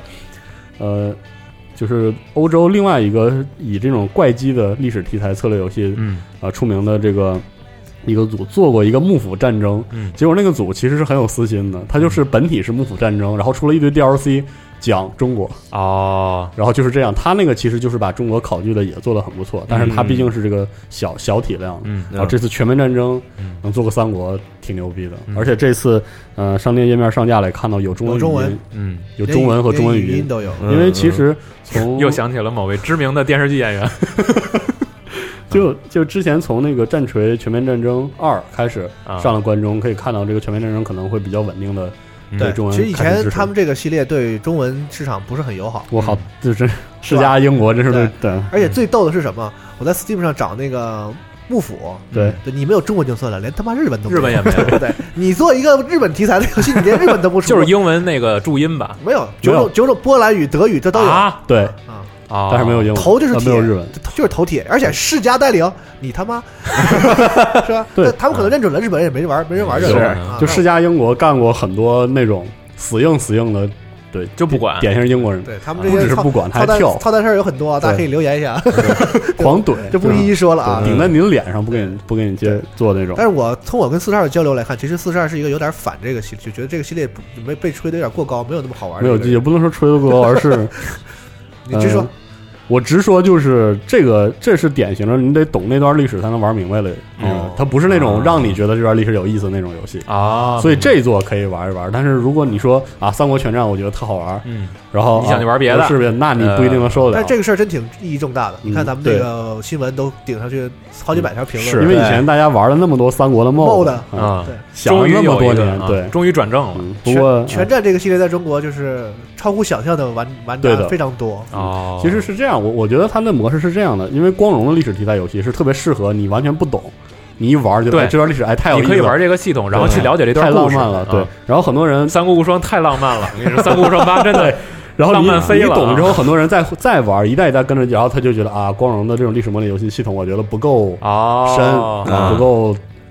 就是欧洲另外一个以这种怪机的历史题材策略游戏出名的这个一个组做过一个幕府战争，结果那个组其实是很有私心的，它就是本体是幕府战争，然后出了一堆 DLC 讲中国然后就是这样，他那个其实就是把中国考据的也做得很不错，但是他毕竟是这个小体量，然后这次全面战争能做个三国挺牛逼的，而且这次商店页面上架来看到有中文语音，有中文和中文语音都有， 因为其实从又想起了某位知名的电视剧演员。 就之前从那个战锤全面战争2开始上了关中，可以看到这个全面战争可能会比较稳定的对中文。 其实以前他们这个系列对中文市场不是很友好。 我靠，就是世家英国，真是对。 而且最逗的是什么？我在 Steam 上找那个幕府， 对， 你没有中文就算了，连他妈日文都没有， 日本也没有。 对，你做一个日本题材的游戏，你连日本都不出， 就是英文那个注音吧？ 没有九种波兰语、德语这都有对但是没有英文， 头就是铁， 没有日文， 就是头铁，而且世家带领，你他妈是吧？ 对， 他们可能认准了日本人也没人玩这个，就世家英国干过很多那种死硬的，对， 就不管， 典型英国人， 对他们这些不只是不管，他还跳操蛋事儿有很多，大家可以留言一下， 狂怼， 就不一一说了啊， 顶在你的脸上，不给你接做那种。 但是我从我跟42的交流来看，其实42是一个有点反这个系列，就觉得这个系列没被吹的有点过高，没有那么好玩。 没有，也不能说吹的过高，而是你直说。 我直说，就是这是典型的，你得懂那段历史才能玩明白了。它不是那种让你觉得这段历史有意思那种游戏所以这一座可以玩一玩。但是如果你说三国全战，我觉得特好玩，然后你想去玩别的， 是那你不一定能受得了。 但这个事儿真挺意义重大的。你看咱们这个新闻都顶上去好几百条评论， 因为以前大家玩了那么多三国的 mod 对， 想了那么多年，对， 终于转正了。 不过全战这个系列在中国就是超乎想象的玩家非常多其实是这样，我觉得它的模式是这样的，因为光荣的历史题材游戏是特别适合你完全不懂，你一玩就对这段历史太有意思了， 你可以玩这个系统，然后去了解这段故事， 太浪漫了。对，然后很多人三国无双太浪漫了，我跟你说，三国无双8真的。 然后浪漫飞了， 你懂之后，很多人再玩，一代一代跟着，然后他就觉得光荣的这种历史模拟游戏系统，我觉得不够深不够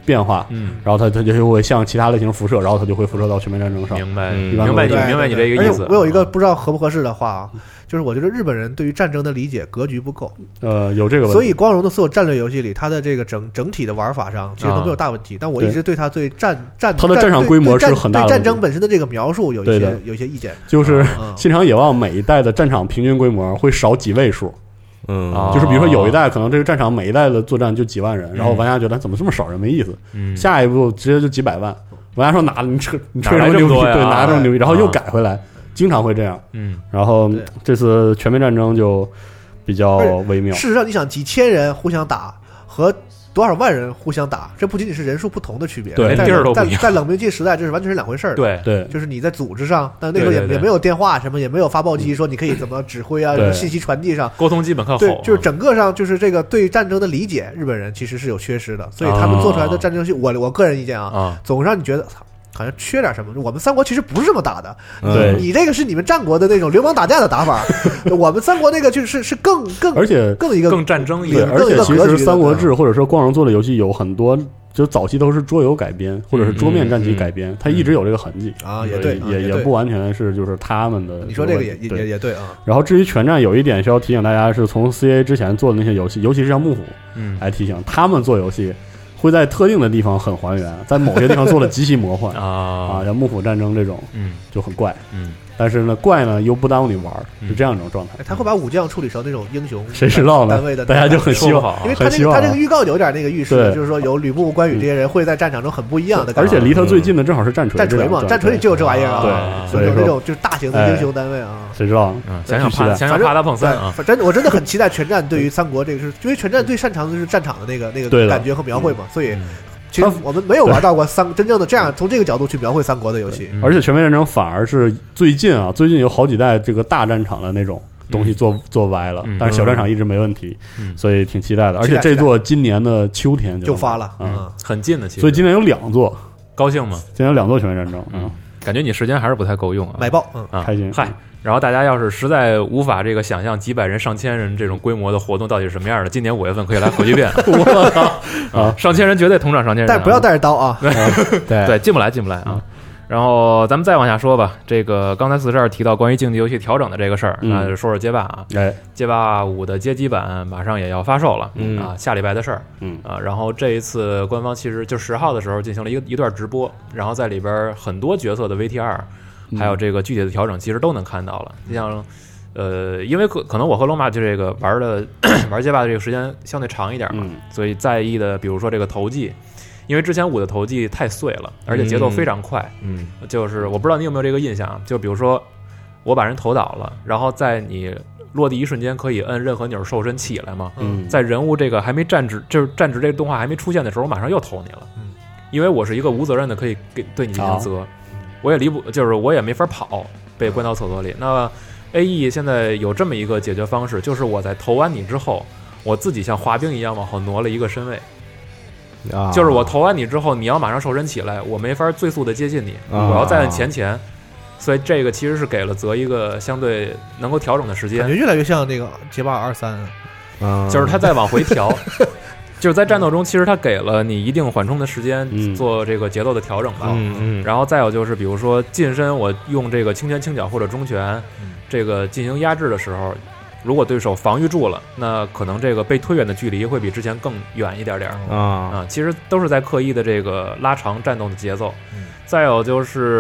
变化，然后它就会向其他类型辐射，然后它就会辐射到全面战争上。 明白你这个意思。 我有一个不知道合不合适的话啊，就是我觉得日本人对于战争的理解格局不够， 有这个问题。 所以光荣的所有战略游戏里，它的这个整体的玩法上其实都没有大问题，但我一直对它对它的战场规模是很大的对战争本身的这个描述有一些意见， 就是信长野望每一代的战场平均规模会少几位数。就是比如说有一代可能这个战场每一代的作战就几万人，然后玩家觉得怎么这么少人没意思，下一步直接就几百万，玩家说你吹什么牛逼，对，拿这么牛逼，然后又改回来，经常会这样。然后这次全面战争就比较微妙。 事实上，你想几千人互相打和多少万人互相打，这不仅仅是人数不同的区别， 对，地儿都不一样。 在冷兵器时代，这是完全是两回事儿。 对， 就是你在组织上，但那时候也没有电话什么，也没有发报机说你可以怎么指挥啊，信息传递上沟通基本靠吼。 对，就是整个上就是这个对战争的理解，日本人其实是有缺失的，所以他们做出来的战争游戏，我个人意见啊，总让你觉得好像缺点什么。我们三国其实不是这么打的，你这个是你们战国的那种流氓打架的打法，我们三国那个就是更而且更一个更战争一点。 而且其实三国志或者说光荣做的游戏有很多，就早期都是桌游改编或者是桌面战棋改编，它一直有这个痕迹啊，也对， 也不完全是就是他们的。 你说这个也对啊。 然后至于全战，有一点需要提醒大家，是从 CA 之前做的那些游戏，尤其是像幕府，来提醒他们做游戏会在特定的地方很还原，在某些地方做了极其魔幻像幕府战争这种，就很怪，但是呢，怪呢又不耽误你玩，是这样一种状态。 他会把武将处理成那种英雄， 谁知道呢？ 单位的， 大家就很希望， 因为他这个预告有点那个预示，就是说有吕布、关羽这些人会在战场中很不一样的感觉。 而且离他最近的正好是战锤嘛，战锤里就有这玩意儿啊， 对， 所以有那种就是大型的英雄单位啊。 谁知道？ 想想啪嗒碰三啊！ 我真的很期待全战对于三国这个，是因为全战最擅长的是战场的那个感觉和描绘嘛，所以。其实我们没有玩到过真正的这样从这个角度去描绘三国的游戏， 而且全面战争反而是最近有好几代这个大战场的那种东西做歪了，但是小战场一直没问题，所以挺期待的。而且这座今年的秋天就发了， 很近的，其实所以今年有2座， 高兴吗？ 今年有2座全面战争， 感觉你时间还是不太够用啊， 买爆， 开心， 嗨。然后大家要是实在无法这个想象几百人、上千人这种规模的活动到底是什么样的，今年5月份可以来核聚变。我操上千人绝对同场上千人， 但不要带着刀啊！ 对，进不来啊！然后咱们再往下说吧。这个刚才42提到关于竞技游戏调整的这个事儿，那就说说街霸啊。街霸5的街机版马上也要发售了，下礼拜的事儿。然后这一次官方其实就10号的时候进行了一段直播，然后在里边很多角色的 VTR。还有这个具体的调整，其实都能看到了。你像，因为可能我和龙马就这个玩街霸的这个时间相对长一点嘛，所以在意的，比如说这个投技，因为之前5的投技太碎了，而且节奏非常快。就是我不知道你有没有这个印象，就比如说我把人投倒了，然后在你落地一瞬间可以摁任何钮瘦身起来嘛。在人物这个还没站直，就是站直这个动画还没出现的时候，我马上又投你了。因为我是一个无责任的，可以对你进行责。我也就是我也没法跑，被关到厕所里。那 AE 现在有这么一个解决方式，就是我在投完你之后，我自己像滑冰一样往后挪了一个身位。就是我投完你之后，你要马上瘦身起来，我没法最速的接近你，我要再按前。所以这个其实是给了泽一个相对能够调整的时间， 感觉越来越像那个街霸23， 就是他再往回调。就是在战斗中，其实它给了你一定缓冲的时间做这个节奏的调整吧。然后再有就是，比如说近身，我用这个轻拳、轻脚或者中拳，这个进行压制的时候，如果对手防御住了，那可能这个被推远的距离会比之前更远一点点其实都是在刻意的这个拉长战斗的节奏。再有就是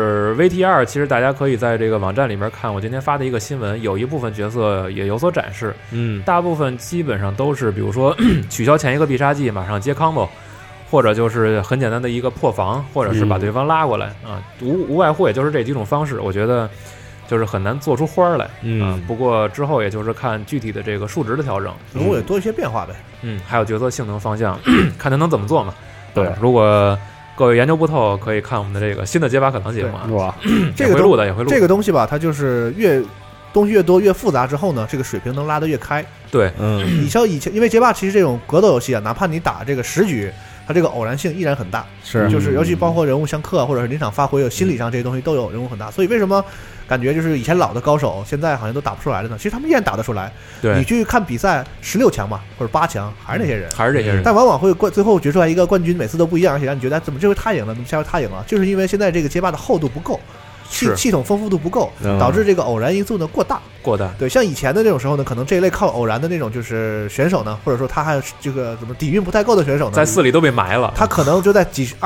VTR， 其实大家可以在这个网站里面看我今天发的一个新闻，有一部分角色也有所展示。大部分基本上都是比如说取消前一个必杀技马上接 combo， 或者就是很简单的一个破防，或者是把对方拉过来无外乎也就是这几种方式。我觉得就是很难做出花来。不过之后也就是看具体的这个数值的调整， 人物也多一些变化呗。 还有角色性能方向看他能怎么做嘛。 对， 如果各位研究不透，可以看我们的这个新的街霸课堂节目啊。 这个会录的也会录。 这个东西吧，它就是东西越多越复杂之后呢，这个水平能拉得越开。 对， 以前因为街霸其实这种格斗游戏啊，哪怕你打这个10局，它这个偶然性依然很大。就是尤其包括人物相克或者是临场发挥，有心理上这些东西都有人物很大。所以为什么感觉就是以前老的高手现在好像都打不出来了呢？其实他们依然打得出来。 对， 你去看比赛，16强嘛，或者8强，还是那些人， 还是这些人， 但往往会最后决出来一个冠军，每次都不一样，而且让你觉得怎么这回他赢了，怎么下回他赢了，就是因为现在这个街霸的厚度不够。系统丰富度不够，导致这个偶然因素呢过大。对，像以前的那种时候呢，可能这一类靠偶然的那种就是选手呢，或者说他还有这个怎么底蕴不太够的选手呢， 在4里都被埋了。 他可能就在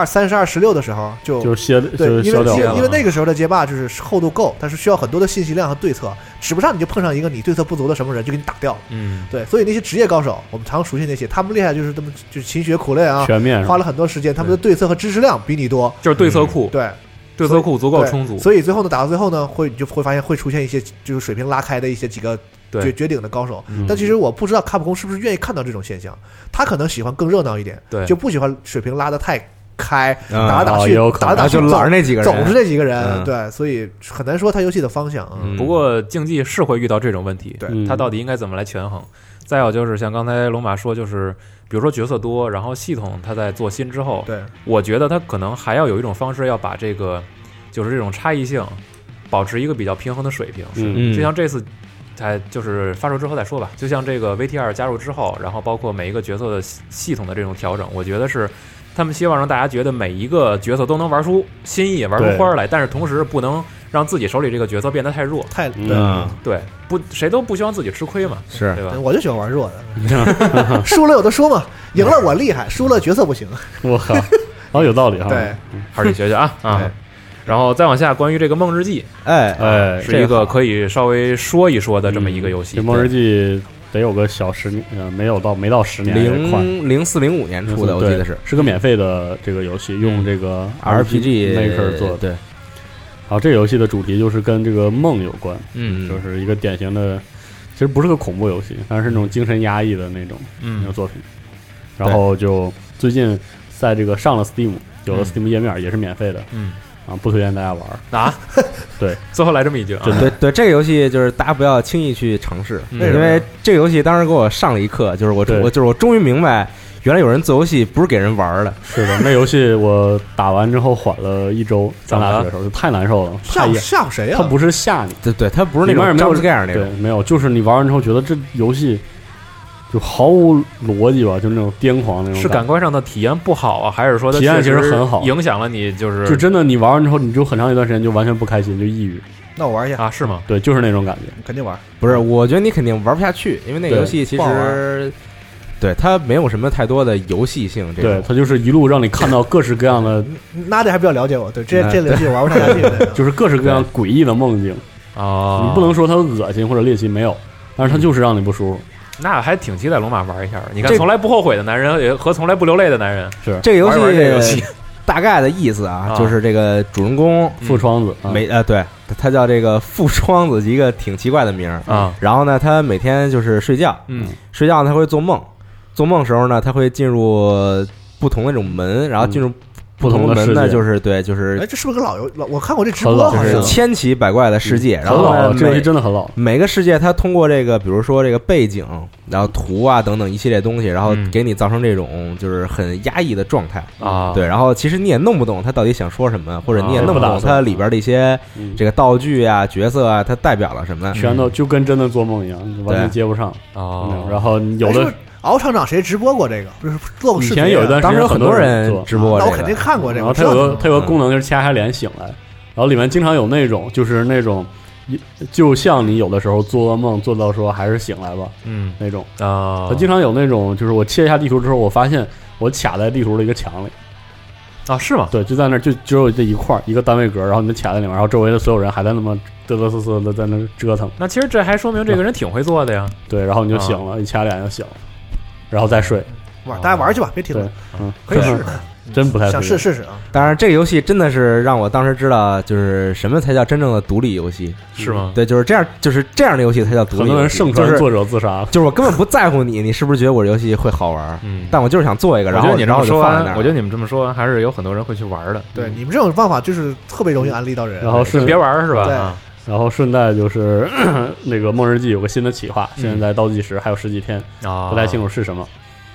32、16的时候就歇对，因为那个时候的街霸就是厚度够，但是需要很多的信息量和对策，指不上你就碰上一个你对策不足的什么人就给你打掉了。对，所以那些职业高手，我们常熟悉那些，他们厉害就是他们就是勤学苦练啊， 全面花了很多时间，他们的对策和知识量比你多， 就是对策库。 对。 对策库足够充足， 所以最后呢，打到最后呢，你就会发现会出现一些就是水平拉开的一些几个绝顶的高手。但其实我不知道卡普空是不是愿意看到这种现象，他可能喜欢更热闹一点， 对， 就不喜欢水平拉得太开，打来打去，打来打去就老是那几个人， 总是那几个人，对，所以很难说他游戏的方向。 不过竞技是会遇到这种问题， 对， 他到底应该怎么来权衡？再有就是像刚才龙马说，就是比如说角色多，然后系统他在做新之后， 对， 我觉得他可能还要有一种方式，要把这个就是这种差异性保持一个比较平衡的水平。就像这次就是发售之后再说吧，就像这个 VT2 加入之后，然后包括每一个角色的系统的这种调整，我觉得是他们希望让大家觉得每一个角色都能玩出新意，玩出花来，但是同时不能让自己手里这个角色变得太弱，对，不，谁都不希望自己吃亏嘛， 是对吧？ 我就喜欢玩弱的，输了有的说嘛，赢了我厉害，输了角色不行。 我靠，好有道理哈！ 对， 还是得学学啊。然后再往下，关于这个梦日记，是一个可以稍微说一说的这么一个游戏。 这梦日记得有个小10年，没到10年 ，0405年出的，我记得是个免费的这个游戏，用这个 RPG Maker 做的。对，好，这个游戏的主题就是跟这个梦有关，就是一个典型的，其实不是个恐怖游戏，但是那种精神压抑的那种作品。然后就最近在这个上了 Steam， 有了 Steam 页面，也是免费的。不推荐大家玩啊！ 对， 最后来这么一句， 对，这个游戏就是大家不要轻易去尝试，因为这个游戏当时给我上了一课，就是我终于明白，原来有人做游戏不是给人玩的。 是的，那游戏我打完之后缓了1周，上大学的时候就太难受了。 吓唬谁啊？ 他不是吓你， 对，他不是那种 jump scare那种， 对，没有，就是你玩完之后觉得这游戏就毫无逻辑吧，就那种癫狂那种。 是感官上的体验不好啊，还是说体验其实很好， 影响了你？就真的你玩完之后，你就很长一段时间就完全不开心，就抑郁。 那我玩一下啊？是吗？ 对，就是那种感觉， 肯定玩。 不是，我觉得你肯定玩不下去，因为那个游戏其实对它没有什么太多的游戏性。 对，它就是一路让你看到各式各样的。 那得还比较了解我，对这游戏我玩不太下去， 就是各式各样诡异的梦境啊。 你不能说它恶心或者猎奇，没有，但是它就是让你不舒服。 那还挺期待龙马玩一下。你看，从来不后悔的男人和从来不流泪的男人， 是这个游戏大概的意思啊，就是这个主人公富窗子对，他叫这个富窗子，一个挺奇怪的名啊。 然后呢，他每天就是睡觉，睡觉他会做梦，做梦时候呢，他会进入不同的这种门，然后进入不同的门呢，就是对，就是这是不是个我看过这直播，好像千奇百怪的世界。然后这游戏真的很老， 每个世界它通过这个，比如说这个背景，然后图啊等等一系列东西，然后给你造成这种就是很压抑的状态啊。 对，然后其实你也弄不懂它到底想说什么，或者你也弄不懂它里边的一些这个道具啊、角色啊，它代表了什么， 全都就跟真的做梦一样，完全接不上啊。 然后有的。 敖厂长谁直播过这个？不是做过视频？ 以前有一段时间， 当时有很多人直播， 那我肯定看过这个。 然后它有个功能就是掐开脸醒来，然后里面经常有那种就是那种，就像你有的时候做噩梦做到说还是醒来吧，那种啊。 它经常有那种，就是我切一下地图之后，我发现我卡在地图的一个墙里啊，是吗？ 对，就在那就只有这一块一个单位格，然后你就卡在里面，然后周围的所有人还在那么嘚嘚瑟瑟的在那折腾。 那其实这还说明这个人挺会做的呀。 对，然后你就醒了，一掐脸就醒了。然后再睡， 大家玩去吧，别听了。 可以试试， 真不太想试试啊。 当然，这个游戏真的是让我当时知道，就是什么才叫真正的独立游戏， 是吗？ 对，就是这样，就是这样的游戏才叫独立游戏。 很多人盛传作者自杀， 就是我根本不在乎你是不是觉得我这游戏会好玩，但我就是想做一个。然后你这么说完，我觉得你们这么说完，还是有很多人会去玩的。 对，你们这种方法就是特别容易安利到人。 然后是别玩是吧？ 对。 然后顺带就是那个梦日记有个新的企划，现在在倒计时还有10几天，不太清楚是什么。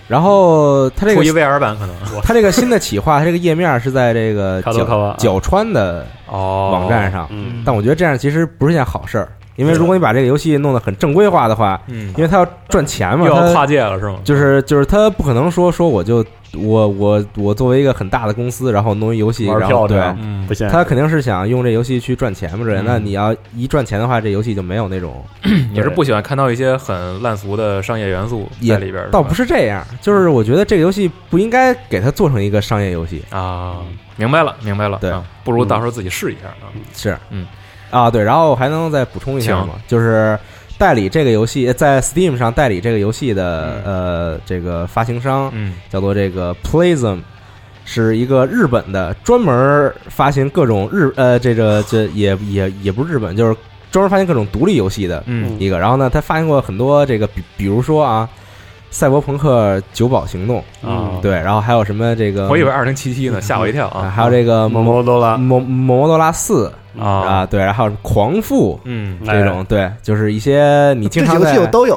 然后它这个出一 VR 版可能， 它这个新的企划，它这个页面是在这个角川的网站上，但我觉得这样其实不是件好事儿。因为如果你把这个游戏弄得很正规化的话，因为它要赚钱嘛， 又要跨界了是吗？ 就是它不可能说我作为一个很大的公司，然后弄一游戏，然后对， 不行， 他肯定是想用这游戏去赚钱嘛之类的。那你要一赚钱的话，这游戏就没有那种， 也是不喜欢看到一些很烂俗的商业元素在里边。 倒不是这样，就是我觉得这个游戏不应该给它做成一个商业游戏啊。明白了，对，不如到时候自己试一下啊。 是，对，然后还能再补充一下吗？就是代理这个游戏在 Steam 上代理这个游戏的这个发行商，叫做这个 Playzone， 是一个日本的专门发行各种这也不是日本，就是专门发行各种独立游戏的一个。然后呢，他发行过很多这个，比如说啊，赛博朋克九堡行动对，然后还有什么这个， 我以为2077呢，吓我一跳啊！ 还有这个摩摩多拉4。对，然后狂富，这种对，就是一些你经常这游戏我都有，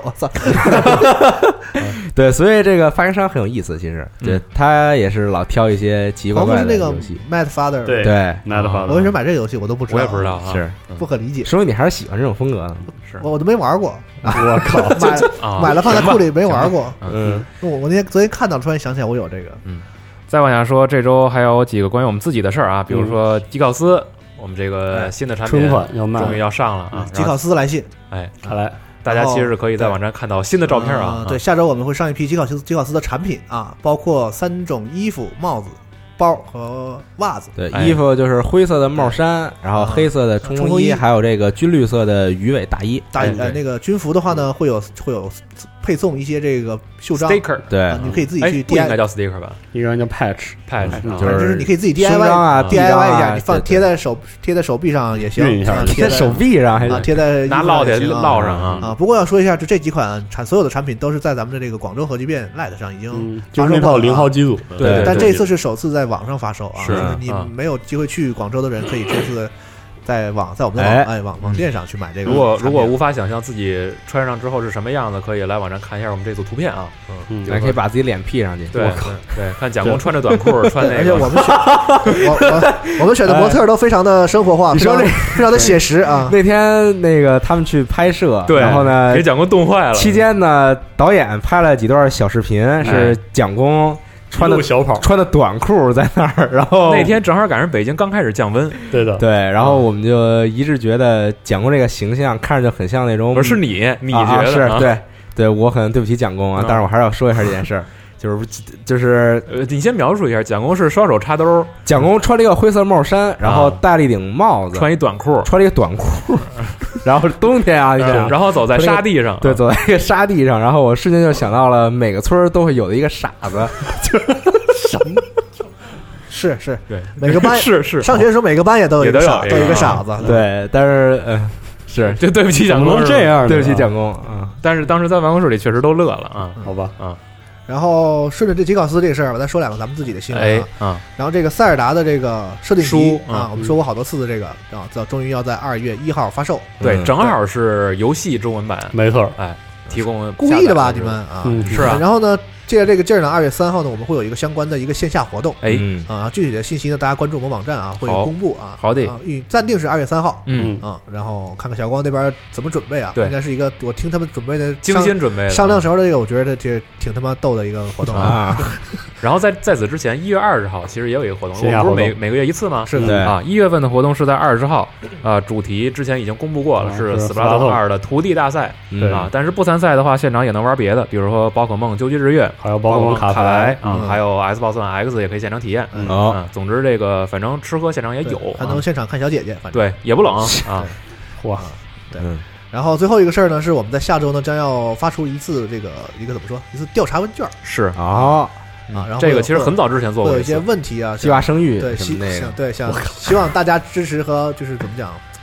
对，所以这个发行商很有意思，其实对他也是老挑一些奇奇怪怪的游戏。 Mad Father， 对 Mad Father， 我为什么买这个游戏我都不知道， 我也不知道， 是不可理解。 说明你还是喜欢这种风格的， 是我都没玩过， 我靠， 买了放在库里没玩过。我昨天看到，突然想起来我有这个。 再往下说，这周还有几个关于我们自己的事儿啊，比如说吉考斯。我们这个新的产品终于要上了啊！ 吉考斯来信， 看来大家其实是可以在网站看到新的照片啊。 对，下周我们会上一批吉考斯的产品啊，包括3种衣服、帽子、包和袜子。 对，衣服就是灰色的帽衫，然后黑色的冲锋衣，还有这个军绿色的鱼尾大衣。 那个军服的话呢，会有配送一些这个袖章 sticker， 对，你可以自己去 DIY， 应该叫 sticker 吧， 应该叫 patch， 就是你可以自己 DIY 一下，你放贴在手臂上也行， 贴在手臂上还贴在拿烙铁烙上啊。不过要说一下，就这几款所有的产品都是在咱们的这个广州核聚变 Lite 上已经就是那套0号机组， 对， 但这次是首次在网上发售啊， 是你没有机会去广州的人可以这次。在我们的网店上去买这个。 如果无法想象自己穿上之后是什么样子，可以来网站看一下我们这组图片啊。 还可以把自己脸 P 上去。 对，看蒋工穿着短裤穿那个。 而且我们选的模特都非常的生活化， 你说非常的写实啊。 那天那个他们去拍摄， 对， 然后呢给蒋工冻坏了。 期间呢，导演拍了几段小视频，是蒋工。穿的短裤在那儿，然后那天正好赶上北京刚开始降温， 对的， 对，然后我们就一致觉得蒋工这个形象看着就很像那种， 不是你觉得是对，我可能对不起蒋工啊，但是我还是要说一下这件事儿。就是你先描述一下，蒋工是双手插兜， 蒋工穿了一个灰色帽衫，然后戴了一顶帽子， 穿一短裤， 然后冬天啊， 然后走在沙地上， 对，走在一个沙地上，然后我瞬间就想到了每个村都会有的一个傻子， 什么？是， 对， 每个班是上学的时候每个班也都有一个傻子， 对，但是是就对不起蒋工这样， 对不起蒋工啊，但是当时在办公室里确实都乐了啊， 好吧啊。 然后顺着这吉考斯这个事儿，我再说2个咱们自己的新闻啊。然后这个塞尔达的这个设定集啊，我们说过好多次的这个啊，终于要在2月1号发售。 对，正好是游戏中文版， 没错。 提供故意的吧，你们啊？ 是啊。 然后呢，借着这个劲儿呢，2月3号呢，我们会有一个相关的一个线下活动。具体的信息呢，大家关注我们网站啊，会公布啊。 好的。 暂定是2月3号。然后看看小光那边怎么准备啊？应该是一个我听他们准备的精心准备的商量时候的这个，我觉得这挺他妈逗的一个活动啊。 然后在此之前，1月20号其实也有一个活动，我们不是每个月一次吗？ 是的啊，1月份的活动是在20号，主题之前已经公布过了，是斯普拉顿2的徒弟大赛啊。但是不参赛的话，现场也能玩别的，比如说宝可梦究极日月， 还有宝可梦卡牌啊，还有 Xbox One X 也可以现场体验。总之这个反正吃喝现场也有， 还能现场看小姐姐，反正对也不冷啊。 哇， 对。然后最后一个事儿呢，是我们在下周呢将要发出一次怎么说？一次调查问卷。 是啊。 然后这个其实很早之前做过， 有一些问题啊， 计划生育， 对，希望大家支持和就是怎么讲，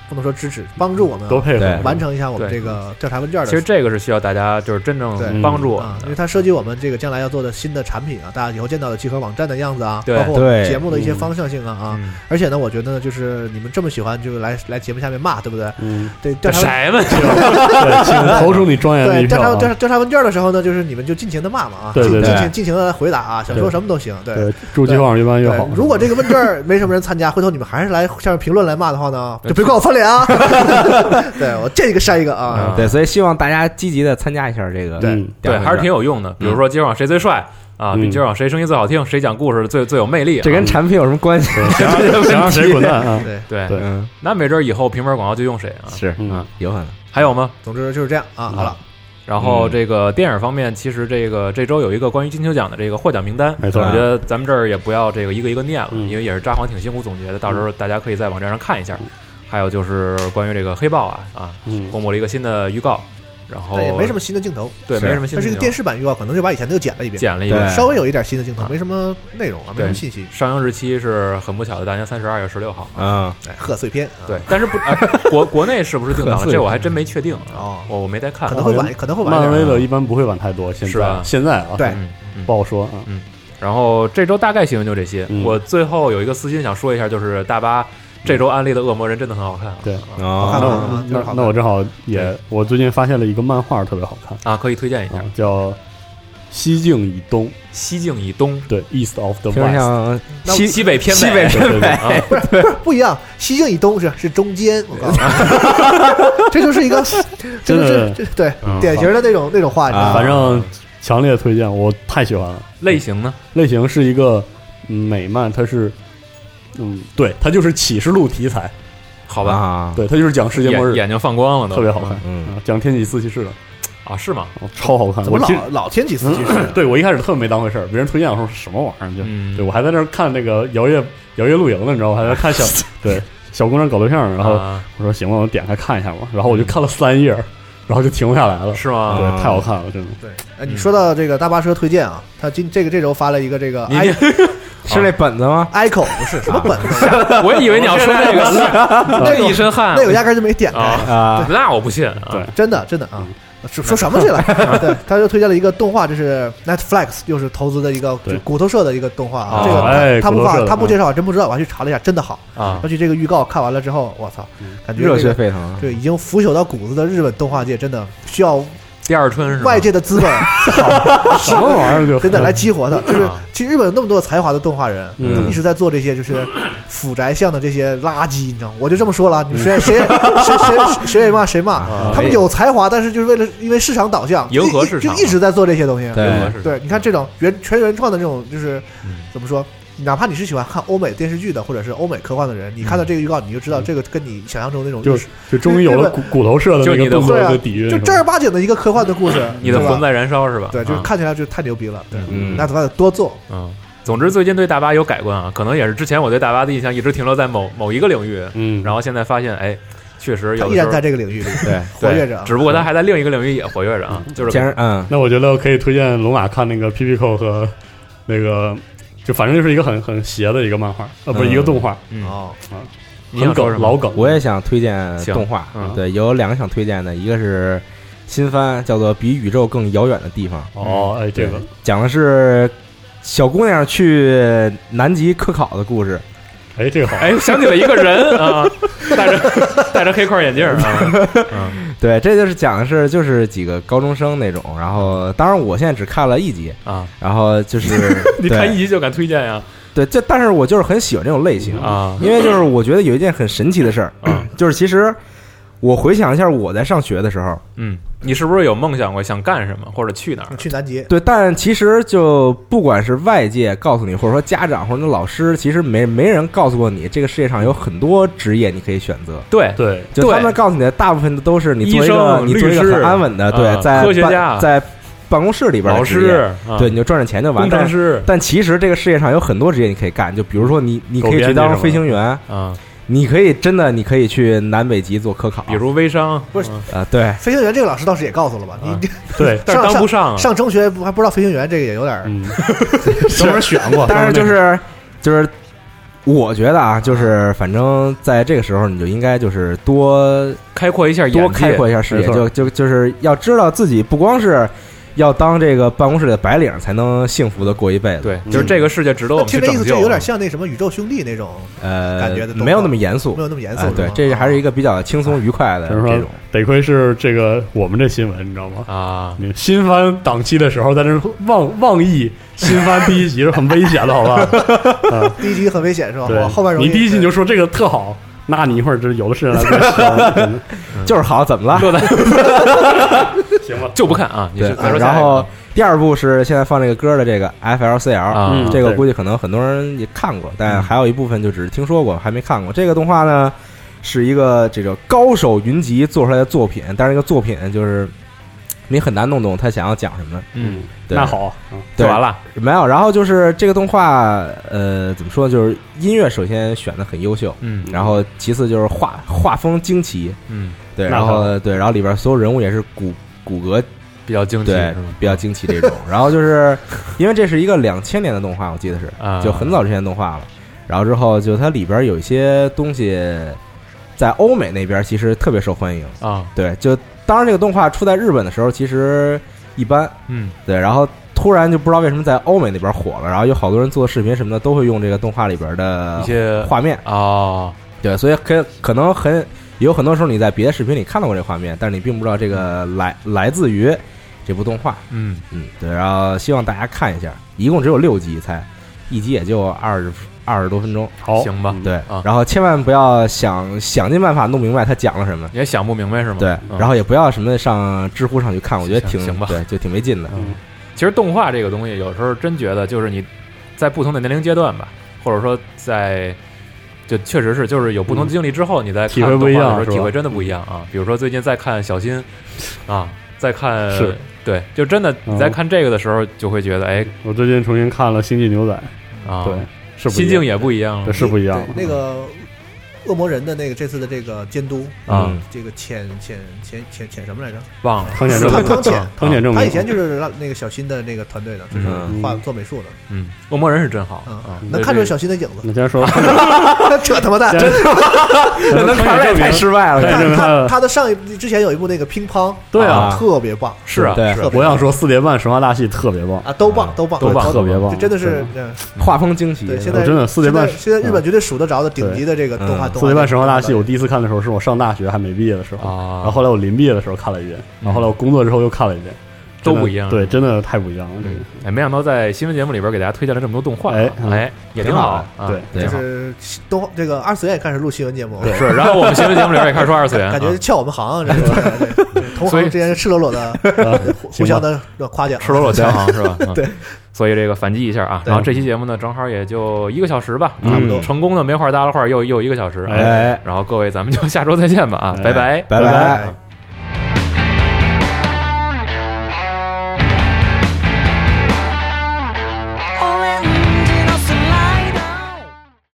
不能说支持，帮助我们多配合完成一下我们这个调查问卷的。 其实这个是需要大家就是真正帮助啊，因为它涉及我们这个将来要做的新的产品啊，大家以后见到的集合网站的样子啊，包括我们节目的一些方向性啊而且呢，我觉得呢，就是你们这么喜欢，就来节目下面骂，对不对？对，调查谁们对， 请投出你庄严的一票。 对，调查问卷的时候呢，就是你们就尽情的骂嘛啊， 对， 尽情的回答啊，想说什么都行。对， 祝集合网越办越好。 如果这个问卷没什么人参加，回头你们还是来下面评论来骂的话呢，就别怪我翻脸啊。对，我见一个删一个啊。 对，所以希望大家积极的参加一下这个， 对，还是挺有用的。比如说集合网谁最帅啊，集合网谁声音最好听，谁讲故事最有魅力， 这跟产品有什么关系？ 想让谁滚蛋啊？ 对，那没准以后平板广告就用谁啊？ 是，有可能。 还有吗？ 总之就是这样啊。好了。 然后这个电影方面，其实这周有一个关于金球奖的这个获奖名单， 没错， 我觉得咱们这儿也不要这个一个一个念了，因为也是札幌挺辛苦总结的，到时候大家可以在网站上看一下。还有就是关于这个黑豹公布了一个新的预告，然后也没什么新的镜头， 对，没什么新的镜头。 它是一个电视版预告，可能就把以前那个剪了一遍， 稍微有一点新的镜头，没什么内容啊，没什么信息。 上映日期是很不巧的大年32月16号贺岁片。 对，但是国内是不是定档了？这我还真没确定啊，我没再看， 可能会晚。 漫威的一般不会晚太多，是吧？现在啊， 对， 不好说啊。 然后这周大概新闻就这些。我最后有一个私心想说一下，就是大巴这周安利的恶魔人真的很好看。 对， 那我正好我最近发现了一个漫画特别好看啊，可以推荐一下， 叫西境以东。 西境以东， 对 ，East of the West， 西北偏北，不一样。西境以东是中间，我告诉你，这就是一个，这就是对典型的那种话，你知道吗？ 反正强烈推荐，我太喜欢了。 类型呢？ 类型是一个美漫，它是。对，它就是启示录题材， 好吧？ 对，它就是讲世界末日， 眼睛放光了都， 特别好看。讲天启四骑士的啊？是吗？ 超好看！ 我老天启四骑士， 对我一开始特别没当回事儿，别人推荐我说什么玩意儿，对我还在那儿看那个摇曳露营呢，你知道吗？还在看小姑娘搞对象，然后我说行吧，我点开看一下吧，然后我就看了3页。然后就停不下来了， 是吗？ 对，太好看了，真的。 对，你说到这个大巴车推荐啊，他这周发了一个这个， 是那本子吗 ？Echo 不是什么本子， 我以为你要说那个，这一身汗， 那我压根就没点开啊，那我不信， 对，真的啊。说什么去了？对，他就推荐了一个动画，这是 Netflix 又是投资的一个骨头社的一个动画啊。这个他不介绍，真不知道，我还去查了一下，真的好啊。而且这个预告看完了之后，我操，感觉热血沸腾。 对，已经腐朽到骨子的日本动画界，真的需要第二春是外界的资本， 什么玩意儿真的来激活它。就是其实日本有那么多才华的动画人，一直在做这些就是腐宅向的这些垃圾，你知道吗？我就这么说了，你谁骂谁骂，他们有才华，但是就是因为市场导向， 迎合市场， 就一直在做这些东西。 对， 你看这种全原创的这种，就是怎么说？哪怕你是喜欢看欧美电视剧的，或者是欧美科幻的人，你看到这个预告，你就知道这个跟你想象中那种就终于有了骨头社的那个动作的底蕴， 就正儿八经的一个科幻的故事， 你的魂在燃烧是吧？ 对，就是看起来就太牛逼了。对，那咱得多做。 总之最近对大巴有改观啊，可能也是之前我对大巴的印象一直停留在某一个领域，然后现在发现，哎，确实有， 依然在这个领域里活跃着， 只不过他还在另一个领域也活跃着啊。就是那我觉得可以推荐龙马看那个 Pipico 和那个。就反正就是一个很邪的一个漫画，不是一个动画，很梗老梗。 我也想推荐动画，对，有2个想推荐的，一个是新番，叫做《比宇宙更遥远的地方》。 哦，这个讲的是小姑娘去南极科考的故事。 哎，这个好！ 哎，想起了一个人啊，戴着黑框眼镜啊。 对，这就是讲的是就是几个高中生那种，然后当然我现在只看了1集啊， 然后就是你看1集就敢推荐呀？ 对，但是我就是很喜欢这种类型啊， 因为就是我觉得有一件很神奇的事儿，就是其实我回想一下我在上学的时候， 你是不是有梦想过想干什么或者去哪儿？ 去南极。 对，但其实就不管是外界告诉你，或者说家长或者老师，其实没人告诉过你，这个世界上有很多职业你可以选择。 对， 就他们告诉你的大部分都是你做一个很安稳的，对，在科学家， 在办公室里边的职业，对，你就赚着钱就完。但其实这个世界上有很多职业你可以干，就比如说你可以去当飞行员啊。你可以去南北极做科考， 比如微商， 不是对， 飞行员这个老师倒是也告诉了吧？你对，但是当不上， 上中学还不知道飞行员这个也有点， 有点选过。 但是就是我觉得啊，就是反正在这个时候，你就应该就是多开阔一下眼界， 多开阔一下视野，就是要知道自己不光是要当这个办公室的白领才能幸福的过一辈子。 对，就是这个世界值得我们去拯救。 听这意思就有点像那什么宇宙兄弟那种感觉的， 没有那么严肃， 没有那么严肃。 对，这还是一个比较轻松愉快的这种。 得亏是这个我们这新闻，你知道吗？ 啊， 新番档期的时候，在这妄议新番第一集是很危险的，好吧？ 第一集很危险是吧？ 对， 后面你第一集你就说这个特好。那你一会儿这有的是人来跟笑， 就是好，怎么了？ 行吧， 就不看啊。 对，然后第二部是现在放这个歌的这个 FLCL，这个估计可能很多人也看过，但还有一部分就只是听说过，还没看过。这个动画呢是一个这个高手云集做出来的作品，但是这个作品就是你很难弄懂他想要讲什么。对， 那好， 就完了没有。然后就是这个动画，怎么说？就是音乐首先选的很优秀，然后其次就是画风惊奇，对，然后里边所有人物也是骨骼比较惊奇， 对，比较惊奇这种。然后就是因为这是一个2000年的动画，我记得是，就很早之前的动画了。然后之后就它里边有一些东西，在欧美那边其实特别受欢迎啊。 对，就当时这个动画出在日本的时候，其实一般，对，然后突然就不知道为什么在欧美那边火了，然后有好多人做视频什么的都会用这个动画里边的一些画面啊， 对，所以可能有很多时候你在别的视频里看到过这个画面，但是你并不知道这个来自于这部动画，对，然后希望大家看一下，一共只有6集，才一集也就20多分钟， 好，行吧， 对，然后千万不要想尽办法弄明白他讲了什么， 也想不明白是吗？ 对，然后也不要什么上知乎上去看，我觉得行吧，对，就挺没劲的。 其实动画这个东西，有时候真觉得就是你在不同的年龄阶段吧，或者说就确实是就是有不同的经历之后，你在看动画的时候体会真的不一样啊。比如说最近在看小新啊，在看对，就真的你在看这个的时候，就会觉得哎， 我最近重新看了《星际牛仔》 啊， 对。 心境也不一样了， 是不一样。 那个恶魔人的那个这次的这个监督这个浅什么来着？ 忘了。 汤浅正明。 他以前就是那个小新的那个团队的，就是做美术的。 恶魔人是真好能看出小新的影子。 你先说， 这他妈蛋，真是能看出来太失败了。 他的之前有一部那个乒乓， 对啊， 特别棒。 是啊， 对， 我想说4点半生化大戏特别棒啊，都棒， 特别棒， 真的是画风惊奇。 对，现在真的4点半， 现在日本绝对数得着的顶级的这个动画。 4点半生化大戏，我第一次看的时候是我上大学还没毕业的时候，然后后来我临毕业的时候看了一遍，然后后来我工作之后又看了一遍， 都不一样。 对，真的太不一样了。这个哎，没想到在新闻节目里边给大家推荐了这么多动画，哎，也挺好的。 对， 就是这个二次元也开始录新闻节目， 是。然后我们新闻节目里边也开始说二次元， 感觉撬我们行，同行之间赤裸裸的互相的夸奖， 赤裸裸交行是吧？ 对。 所以这个反击一下啊，然后这期节目呢，正好也就1个小时吧， 差不多成功的没话搭了话又1个小时， 哎， 然后各位咱们就下周再见吧啊，拜拜， 拜拜。